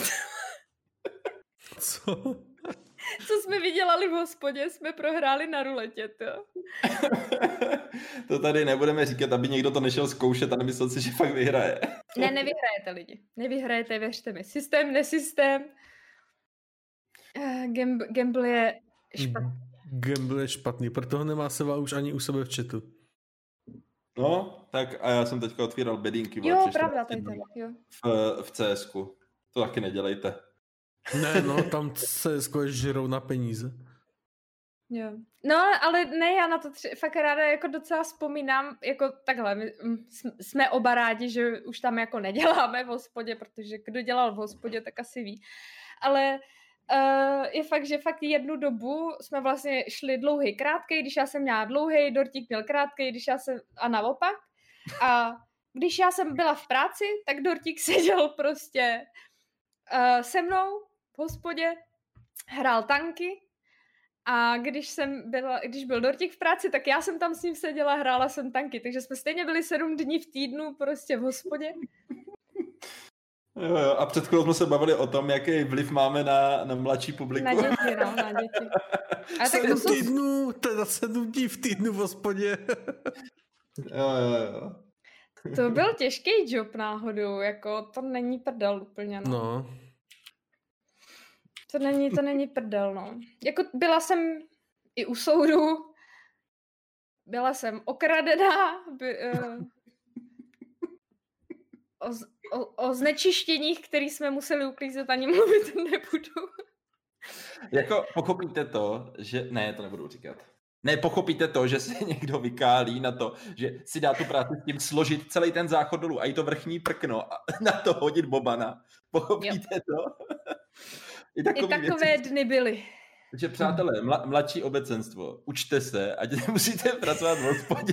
Co jsme vydělali v hospodě, jsme prohráli na ruletě, to. To tady nebudeme říkat, aby někdo to nešel zkoušet a nemyslel si, že fakt vyhraje. Ne, nevyhrajete lidi. Nevyhrajete, věřte mi. Systém, nesystém. Gamble je špatný. Gamble je špatný, proto ho nemá Seva už ani u sebe v chatu. No, tak a já jsem teďka otvíral bedínky. Jo, pravda, tady, jo. V CSku. To taky nedělejte. Ne, no, tam CSko žirou na peníze. Jo. No, ale ne, já na to fakt ráda jako docela vzpomínám, jako takhle, my jsme oba rádi, že už tam jako neděláme v hospodě, protože kdo dělal v hospodě, tak asi ví. Ale je fakt, že fakt jednu dobu jsme vlastně šli dlouhý, krátkej, když já jsem měla dlouhý, Dortík měl krátkej, a naopak. A když já jsem byla v práci, tak Dortík seděl prostě se mnou v hospodě, hrál tanky a když byl Dortík v práci, tak já jsem tam s ním seděla, hrála jsem tanky, takže jsme stejně byli 7 dní v týdnu prostě v hospodě. Jo, a před chvílou jsme se bavili o tom, jaký vliv máme na mladší publiku. Na děti, no, na děti. A 7 dní v týdnu v hospodě. Jo. To byl těžký job náhodou, jako to není prdel úplně, no. To není prdel, no. Jako byla jsem i u soudu, byla jsem okradená, o znečištěních, který jsme museli uklízet, ani mluvit nebudu. Jako pochopíte to, že... Ne, to nebudu říkat. Ne, pochopíte to, že se někdo vykálí na to, že si dá tu práci s tím složit celý ten záchod dolů a i to vrchní prkno a na to hodit bobana. Pochopíte to? I takové dny byly. Takže přátelé, mladší obecenstvo, učte se, ať nemusíte pracovat v hospodě.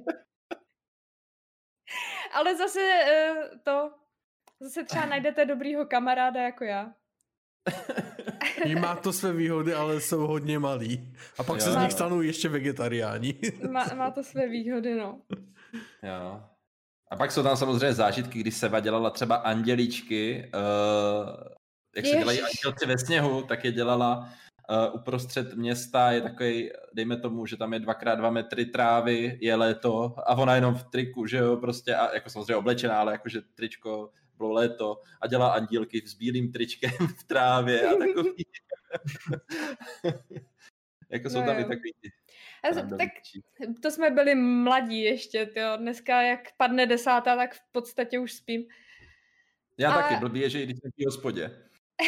Ale zase třeba najdete dobrýho kamaráda jako já. Má to své výhody, ale jsou hodně malý. A pak se z nich stanou ještě vegetariáni. Má to své výhody, no. Jo. A pak jsou tam samozřejmě zážitky, když Seva dělala třeba andělíčky, jak se dělají andělci ve sněhu, tak je dělala uprostřed města, je takový, dejme tomu, že tam je 2x2 metry trávy, je léto a ona jenom v triku, že jo, prostě, a jako samozřejmě oblečená, ale jakože tričko, bylo léto a dělá andílky s bílým tričkem v trávě a takový. Jako jsou No tam jo. i takový ty Tak randomičí. to jsme byli mladí ještě, tyjo. Dneska jak padne 10, tak v podstatě už spím. Já A- taky, blbý je, že i když jsem v té hospodě.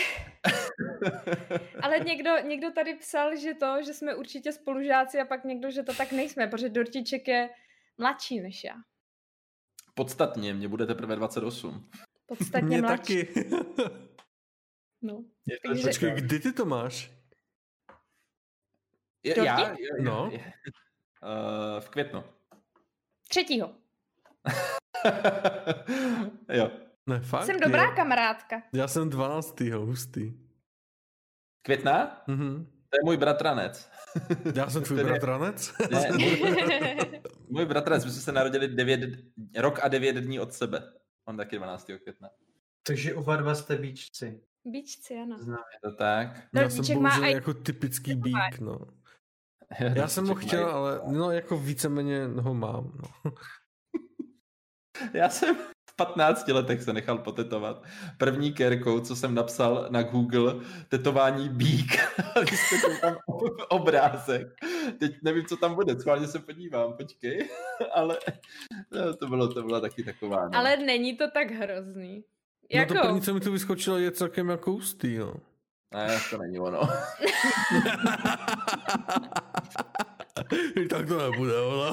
Ale někdo tady psal, že jsme určitě spolužáci a pak někdo, že to tak nejsme, protože Dortíček je mladší než já. Podstatně, mě bude teprve 28. Podstatně Mě mladší. taky. No. Je to Takže- Počkej, kdy ty to máš? No. V květnu. 3. Jo. Ne, fakt? Jsem dobrá Jo. kamarádka. Já jsem 12. hustý. Května? Mhm. To je můj bratranec. Já jsem tvůj Ten je- bratranec? Ne, můj bratranec, my jsme se narodili rok a 9 dní od sebe. On taky 12. května. Takže oba dva jste bíčci. Bíčci, ano. Znám. Je to tak? Já jsem Dortíček má bohužel i... jako typický bík, no. Já jsem ho chtěl, ale no jako víceméně ho mám, no. Já jsem v 15 letech se nechal potetovat. První kérkou, co jsem napsal na Google, tetování bík. A vyskočil tam obrázek. Teď nevím, co tam bude, schválně se podívám, počkej. Ale no, to bylo taky taková. No. Ale není to tak hrozný. No Jako... to první, co mi tu vyskočilo, je celkem jako hustý, no. Ne, to není ono. Tak to nebude, ono.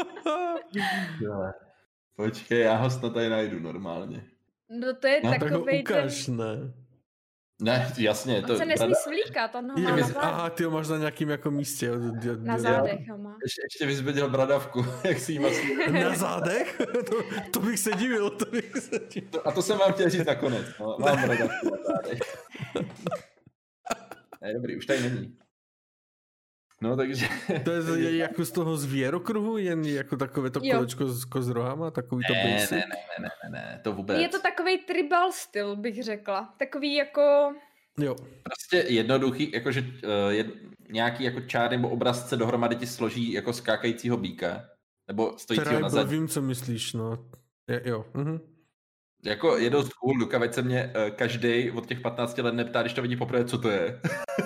Počkej, já ho snad tady najdu normálně. No to je No tak ho takovej ukáž, ten... ne. Ne, jasně. On se nesmí svlíkat, on ho má na zádech. Aha, ty ho máš na nějakým jako místě. Na zádech ho má. Ještě vyzvedil bradavku, jak si jí masí. Na zádech? To bych se divil, A to jsem vám chtěl říct nakonec. No, mám bradavku na zádech. Ne, dobrý, už tady není. No, takže... To je jako z toho zvěrokruhu, jen jako takové to kolečko s rohama, takový to basic? Ne, to vůbec. Je to takovej tribal styl, bych řekla. Takový jako... Jo. Prostě jednoduchý, jakože nějaký jako čár nebo obrazce dohromady ti složí jako skákajícího býka. Nebo stojícího na zadní. Vím, co myslíš, no. Jo. Mhm. Jako je dost cool, Luka, veď se mě každej od těch 15 let neptá, když to vidí poprvé, co to je.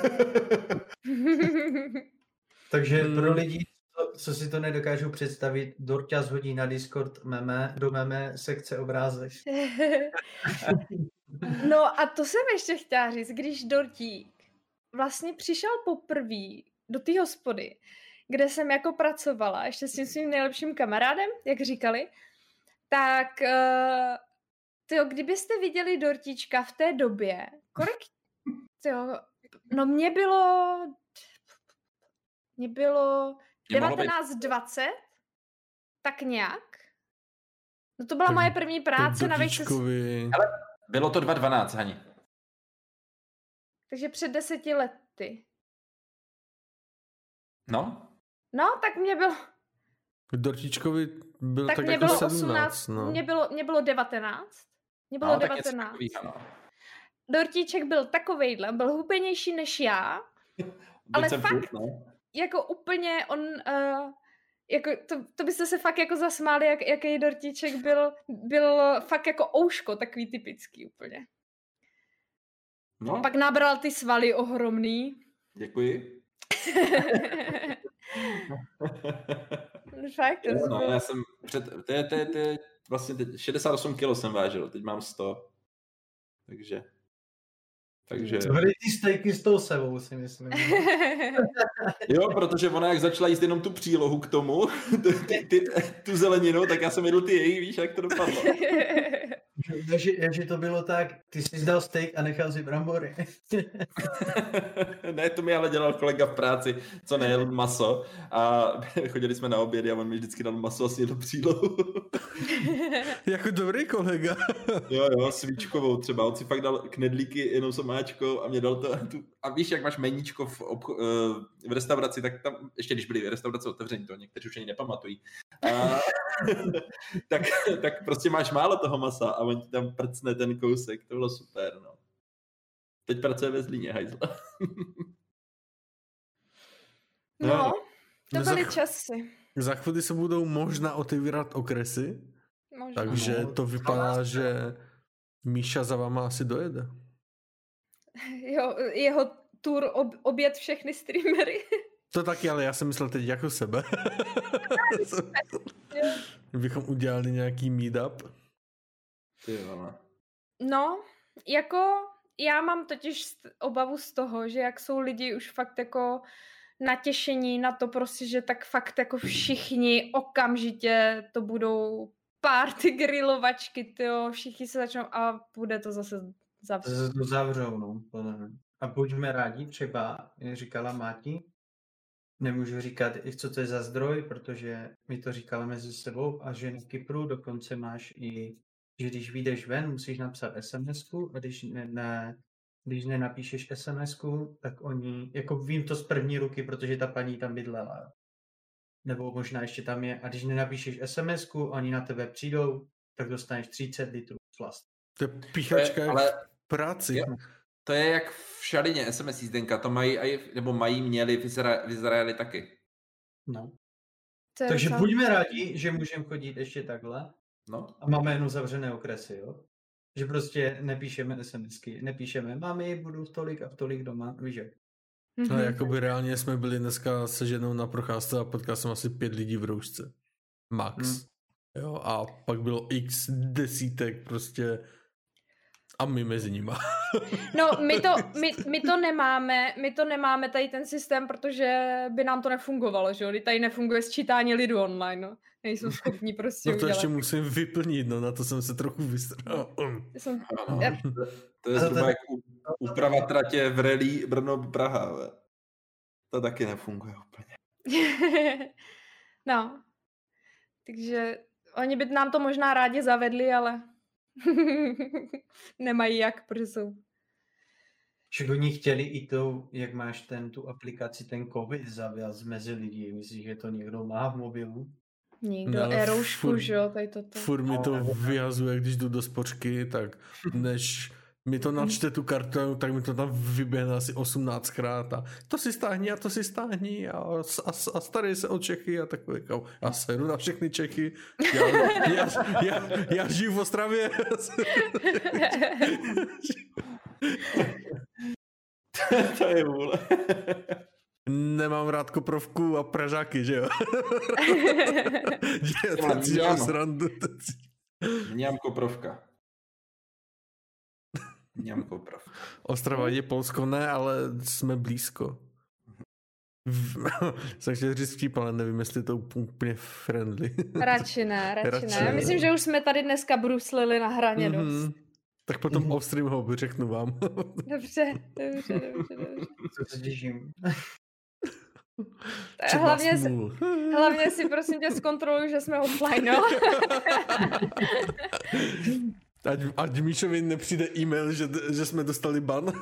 Takže pro lidi, co si to nedokážou představit, Dorťa zhodí na Discord do meme sekce obrázek. No a to jsem ještě chtěla říct, když Dortík vlastně přišel poprvé do té hospody, kde jsem jako pracovala, ještě s tím svým nejlepším kamarádem, jak říkali, tak tyjo, kdybyste viděli Dortíčka v té době, kolik, tyjo, no mě bylo 19-20, tak nějak. No to byla moje první práce na vejce. Ale bylo to 2.12, Hani. Takže před 10 lety. No, tak mě bylo... Dortičkovi byl tak mě jako bylo 17, no. Mě bylo 19. Mě bylo 19. Takový, ano. Dortíček byl takovejhle, byl hubenější než já, ale fakt, jako úplně on... jako to byste se fakt jako zasmáli, jaký Dortíček byl fakt jako ouško, takový typický úplně. No. Pak nabral ty svaly ohromný. Děkuji. Fakt, já jsem vlastně teď 68 kg jsem vážil, teď mám 100. Takže... Byly ty stejky s tou sebou, si myslím. Jo, protože ona jak začala jíst jenom tu přílohu k tomu, tu zeleninu, tak já jsem jedl ty její, víš, jak to dopadlo. Takže to bylo tak, ty jsi dal steak a nechal si brambory. Ne, to mi ale dělal kolega v práci, co nejedl maso a chodili jsme na obědy a on mi vždycky dal maso a snědl přílohu. Jako dobrý kolega. Jo, svíčkovou třeba, on si fakt dal knedlíky jenom somáčkou a mě dal to a víš, jak máš meníčko v restauraci, tak tam, ještě když byly restaurace otevření, to někteří už ani nepamatují, tak prostě máš málo toho masa a on ti tam prcne ten kousek, to bylo super, no. Teď pracuje ve Zlíně, hajzl. No, to byly časy. Za chvíli se budou možná otevírat okresy, takže to vypadá, že Míša za váma asi dojede. Jo, jeho tour obět všechny streamery. To taky, ale já jsem myslel teď jako sebe. Bychom udělali nějaký meetup. No, jako já mám totiž obavu z toho, že jak jsou lidi už fakt jako natěšení na to prostě, že tak fakt jako všichni okamžitě to budou party grilovačky, tyjo, všichni se začnou a bude to zase zavřou, no. A buďme rádi, třeba, jak říkala Máti, nemůžu říkat, co to je za zdroj, protože my to říkáme mezi sebou a že na Kypru dokonce máš i, že když vyjdeš ven, musíš napsat SMS-ku a když nenapíšeš SMS-ku, tak oni, jako vím to z první ruky, protože ta paní tam bydlela. Nebo možná ještě tam je. A když nenapíšeš SMS-ku, oni na tebe přijdou, tak dostaneš 30 litrů plast. To je píchačka ale v práci. Jo. To je jak v Šalině SMS jízdenka, to mají, nebo měli v Izraeli taky. No. Takže buďme rádi, že můžeme chodit ještě takhle. No. A máme jenom zavřené okresy, jo? Že prostě nepíšeme SMSky, nepíšeme, mami, budu v tolik a v tolik doma, víš jak. No, jakoby reálně jsme byli dneska se ženou na procházce a potkal jsem asi 5 lidí v roušce. Max. Jo, a pak bylo x desítek prostě a my mezi nima. No, my to nemáme tady ten systém, protože by nám to nefungovalo, že jo? Tady nefunguje sčítání lidů online, no. Nejsou schopní prostě no to udělat. Ještě musím vyplnit, no, na to jsem se trochu vystral. To je zhruba jak úprava tratě v rally Brno-Praha. To taky nefunguje úplně. No, takže oni by nám to možná rádi zavedli, ale nemají jak, protože jsou. Že oni chtěli i to, jak máš tu aplikaci, ten COVID zavaz mezi lidi. Myslíš, že to někdo má v mobilu? Někdo roušku, že jo, tady toto. Furt mi to vyhazuje, když jdu do spořky, tak než mi to načte tu kartu, tak mi to tam vyběhne asi 18krát a to si stáhni a starý se o Čechy a takový, já seru na všechny Čechy, já žiju v Ostravě. To je vůle. Nemám rád Koprovku a Pražáky, že jo? Mňam Koprovka. Ostrava je Polsko, ne, ale jsme blízko. Jsem chtěl říct vtip, ale nevím, jestli to úplně friendly. Radši ne. Já myslím, že už jsme tady dneska bruslili na hraně dost. Tak potom ostrým hobby, řeknu vám. Dobře. Co se těším. Hlavně si prosím tě zkontroluj, že jsme offline, no. Ať Míšovi nepřijde e-mail, že jsme dostali ban.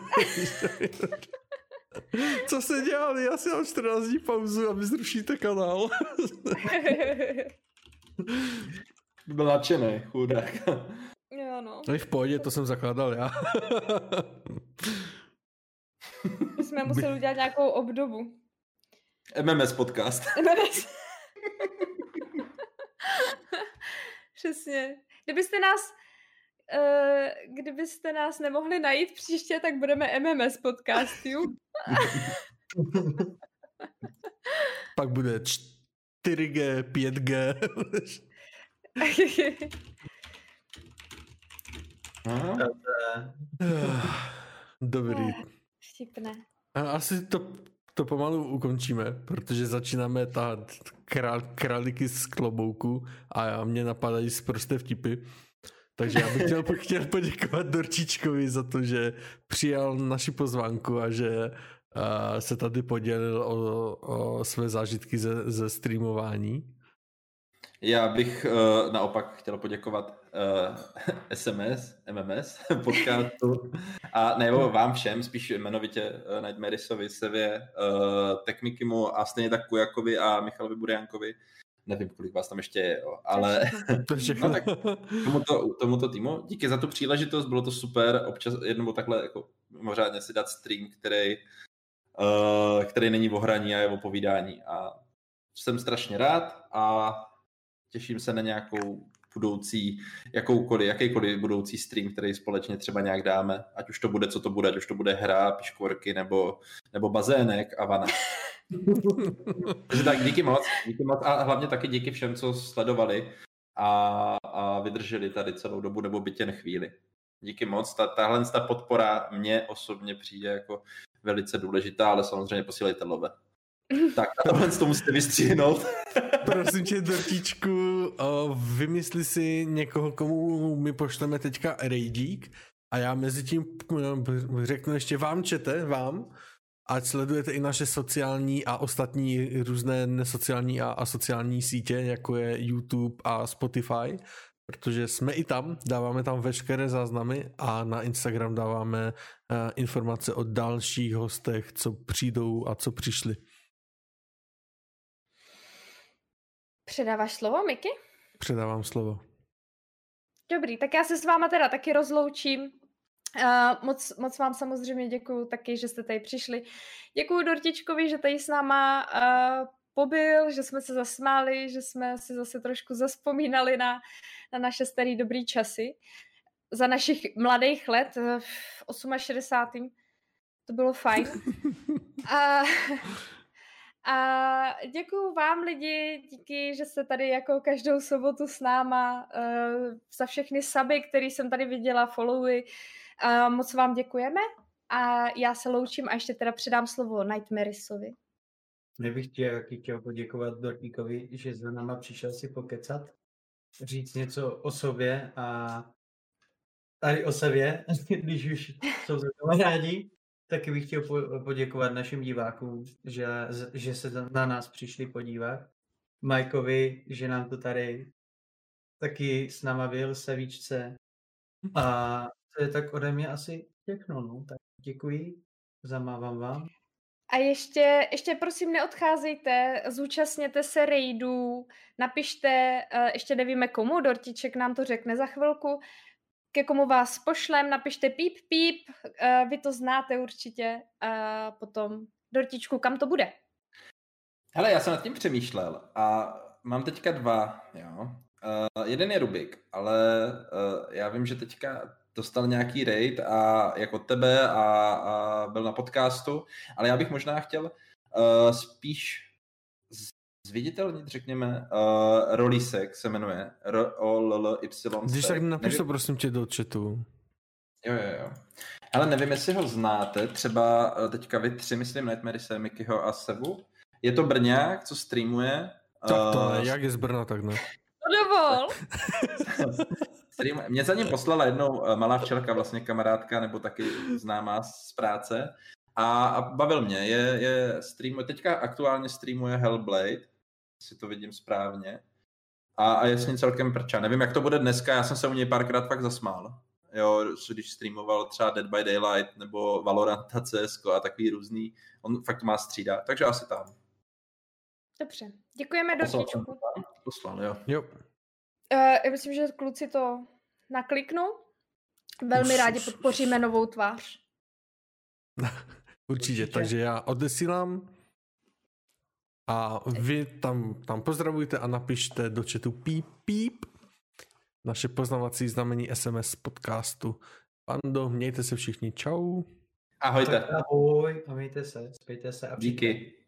Co se dělali? Já si mám 14 dní pauzu a vy zrušíte kanál. Byl nadšený, chudák. Jo, no. No i v pohodě, to jsem zakládal já. My jsme museli udělat nějakou obdobu. MMS podcast. MMS. Přesně. Kdybyste nás nemohli najít příště, tak budeme MMS podcast, jo? Pak bude 4G, 5G. Dobrý. Vtipné. Asi to pomalu ukončíme, protože začínáme tahat králíky z klobouku a mě napadají sprosté vtipy. Takže já bych chtěl poděkovat Dorčičkovi za to, že přijal naši pozvánku a že se tady podělil o své zážitky ze streamování. Já bych naopak chtěl poděkovat MMS podcastu a nebo vám všem, spíš jmenovitě Nightmarisovi, Sevě, Tekmikimu a stejně tak Kujakovi a Michalovi Burjankovi. Nevím, kolik vás tam ještě je, jo, ale no, tak tomuto týmu. Díky za tu příležitost, bylo to super, občas jednou takhle jako mimořádně si dát stream, který není v ohraní a je o povídání a jsem strašně rád a těším se na nějakou jakýkoliv budoucí stream, který společně třeba nějak dáme, ať už to bude, co to bude, ať už to bude hra, piškvorky nebo bazének a vana. Takže tak díky moc a hlavně taky díky všem, co sledovali a vydrželi tady celou dobu nebo byť jen chvíli. Díky moc, tahle podpora mně osobně přijde jako velice důležitá, ale samozřejmě posílejte love. Tak a tohle to musíte vystříhnout. Prosím tě, Dortičku, vymysli si někoho, komu my pošleme teďka raidík a já mezi tím řeknu ještě vám, ať sledujete i naše sociální a ostatní různé nesociální a asociální sítě, jako je YouTube a Spotify, protože jsme i tam, dáváme tam veškeré záznamy a na Instagram dáváme informace o dalších hostech, co přijdou a co přišli. Předáváš slovo, Miky? Předávám slovo. Dobrý, tak já se s váma teda taky rozloučím. Moc vám samozřejmě děkuju taky, že jste tady přišli. Děkuju Dortičkovi, že tady s náma pobyl, že jsme se zasmáli, že jsme si zase trošku zavzpomínali na naše staré dobrý časy. Za našich mladých let v 68. To bylo fajn. A děkuju vám lidi, díky, že jste tady jako každou sobotu s náma, za všechny suby, který jsem tady viděla, followy. Moc vám děkujeme a já se loučím a ještě teda předám slovo Nightmarisovi. Já bych chtěl poděkovat Dortíkovi, že za náma přišel si pokecat, říct něco o sobě a tady o sobě, když už jsou to kamarádi. Taky bych chtěl poděkovat našim divákům, že se na nás přišli podívat. Majkovi, že nám to tady taky s náma byl, Sevíčce. A to je tak ode mě asi všechno. No. Tak děkuji, zamávám vám. A ještě prosím neodcházejte, zúčastněte se raidů, napište, ještě nevíme komu, Dortiček nám to řekne za chvilku, ke komu vás pošlem, napište píp, vy to znáte určitě, a potom Dortičku, kam to bude? Hele, já jsem nad tím přemýšlel a mám teďka dva, jo. Jeden je Rubik, ale já vím, že teďka dostal nějaký raid a jak od tebe a byl na podcastu, ale já bych možná chtěl spíš zviditelnit, řekněme, Rolisek se jmenuje, R-O-L-L-Y. Když tak napiš to prosím tě do chatu. Jo. Ale nevím, jestli ho znáte, třeba teďka vy tři, myslím, Nightmarise, Mikyho a Sevu. Je to Brňák, co streamuje. Tak to ne, jak je z Brna, tak ne. No dovol. Mě za ním poslala jednou malá včelka, vlastně kamarádka, nebo taky známá z práce. A bavil mě, je streamuje, teďka aktuálně streamuje Hellblade, si to vidím správně. A je s ním celkem prča. Nevím, jak to bude dneska, já jsem se u něj párkrát fakt zasmál. Jo, když streamoval třeba Dead by Daylight nebo Valorant a CS a takový různý. On fakt má střídat, takže asi tam. Dobře, děkujeme Dortičku. Poslal, jo. Já myslím, že kluci to nakliknou. Velmi rádi podpoříme novou tvář. Určitě, takže já odesílám a vy tam pozdravujte a napište do chatu píp naše poznávací znamení SMS podcastu. Pando, mějte se všichni, čau. Ahojte. Ahoj, a mějte se, spějte se a díky.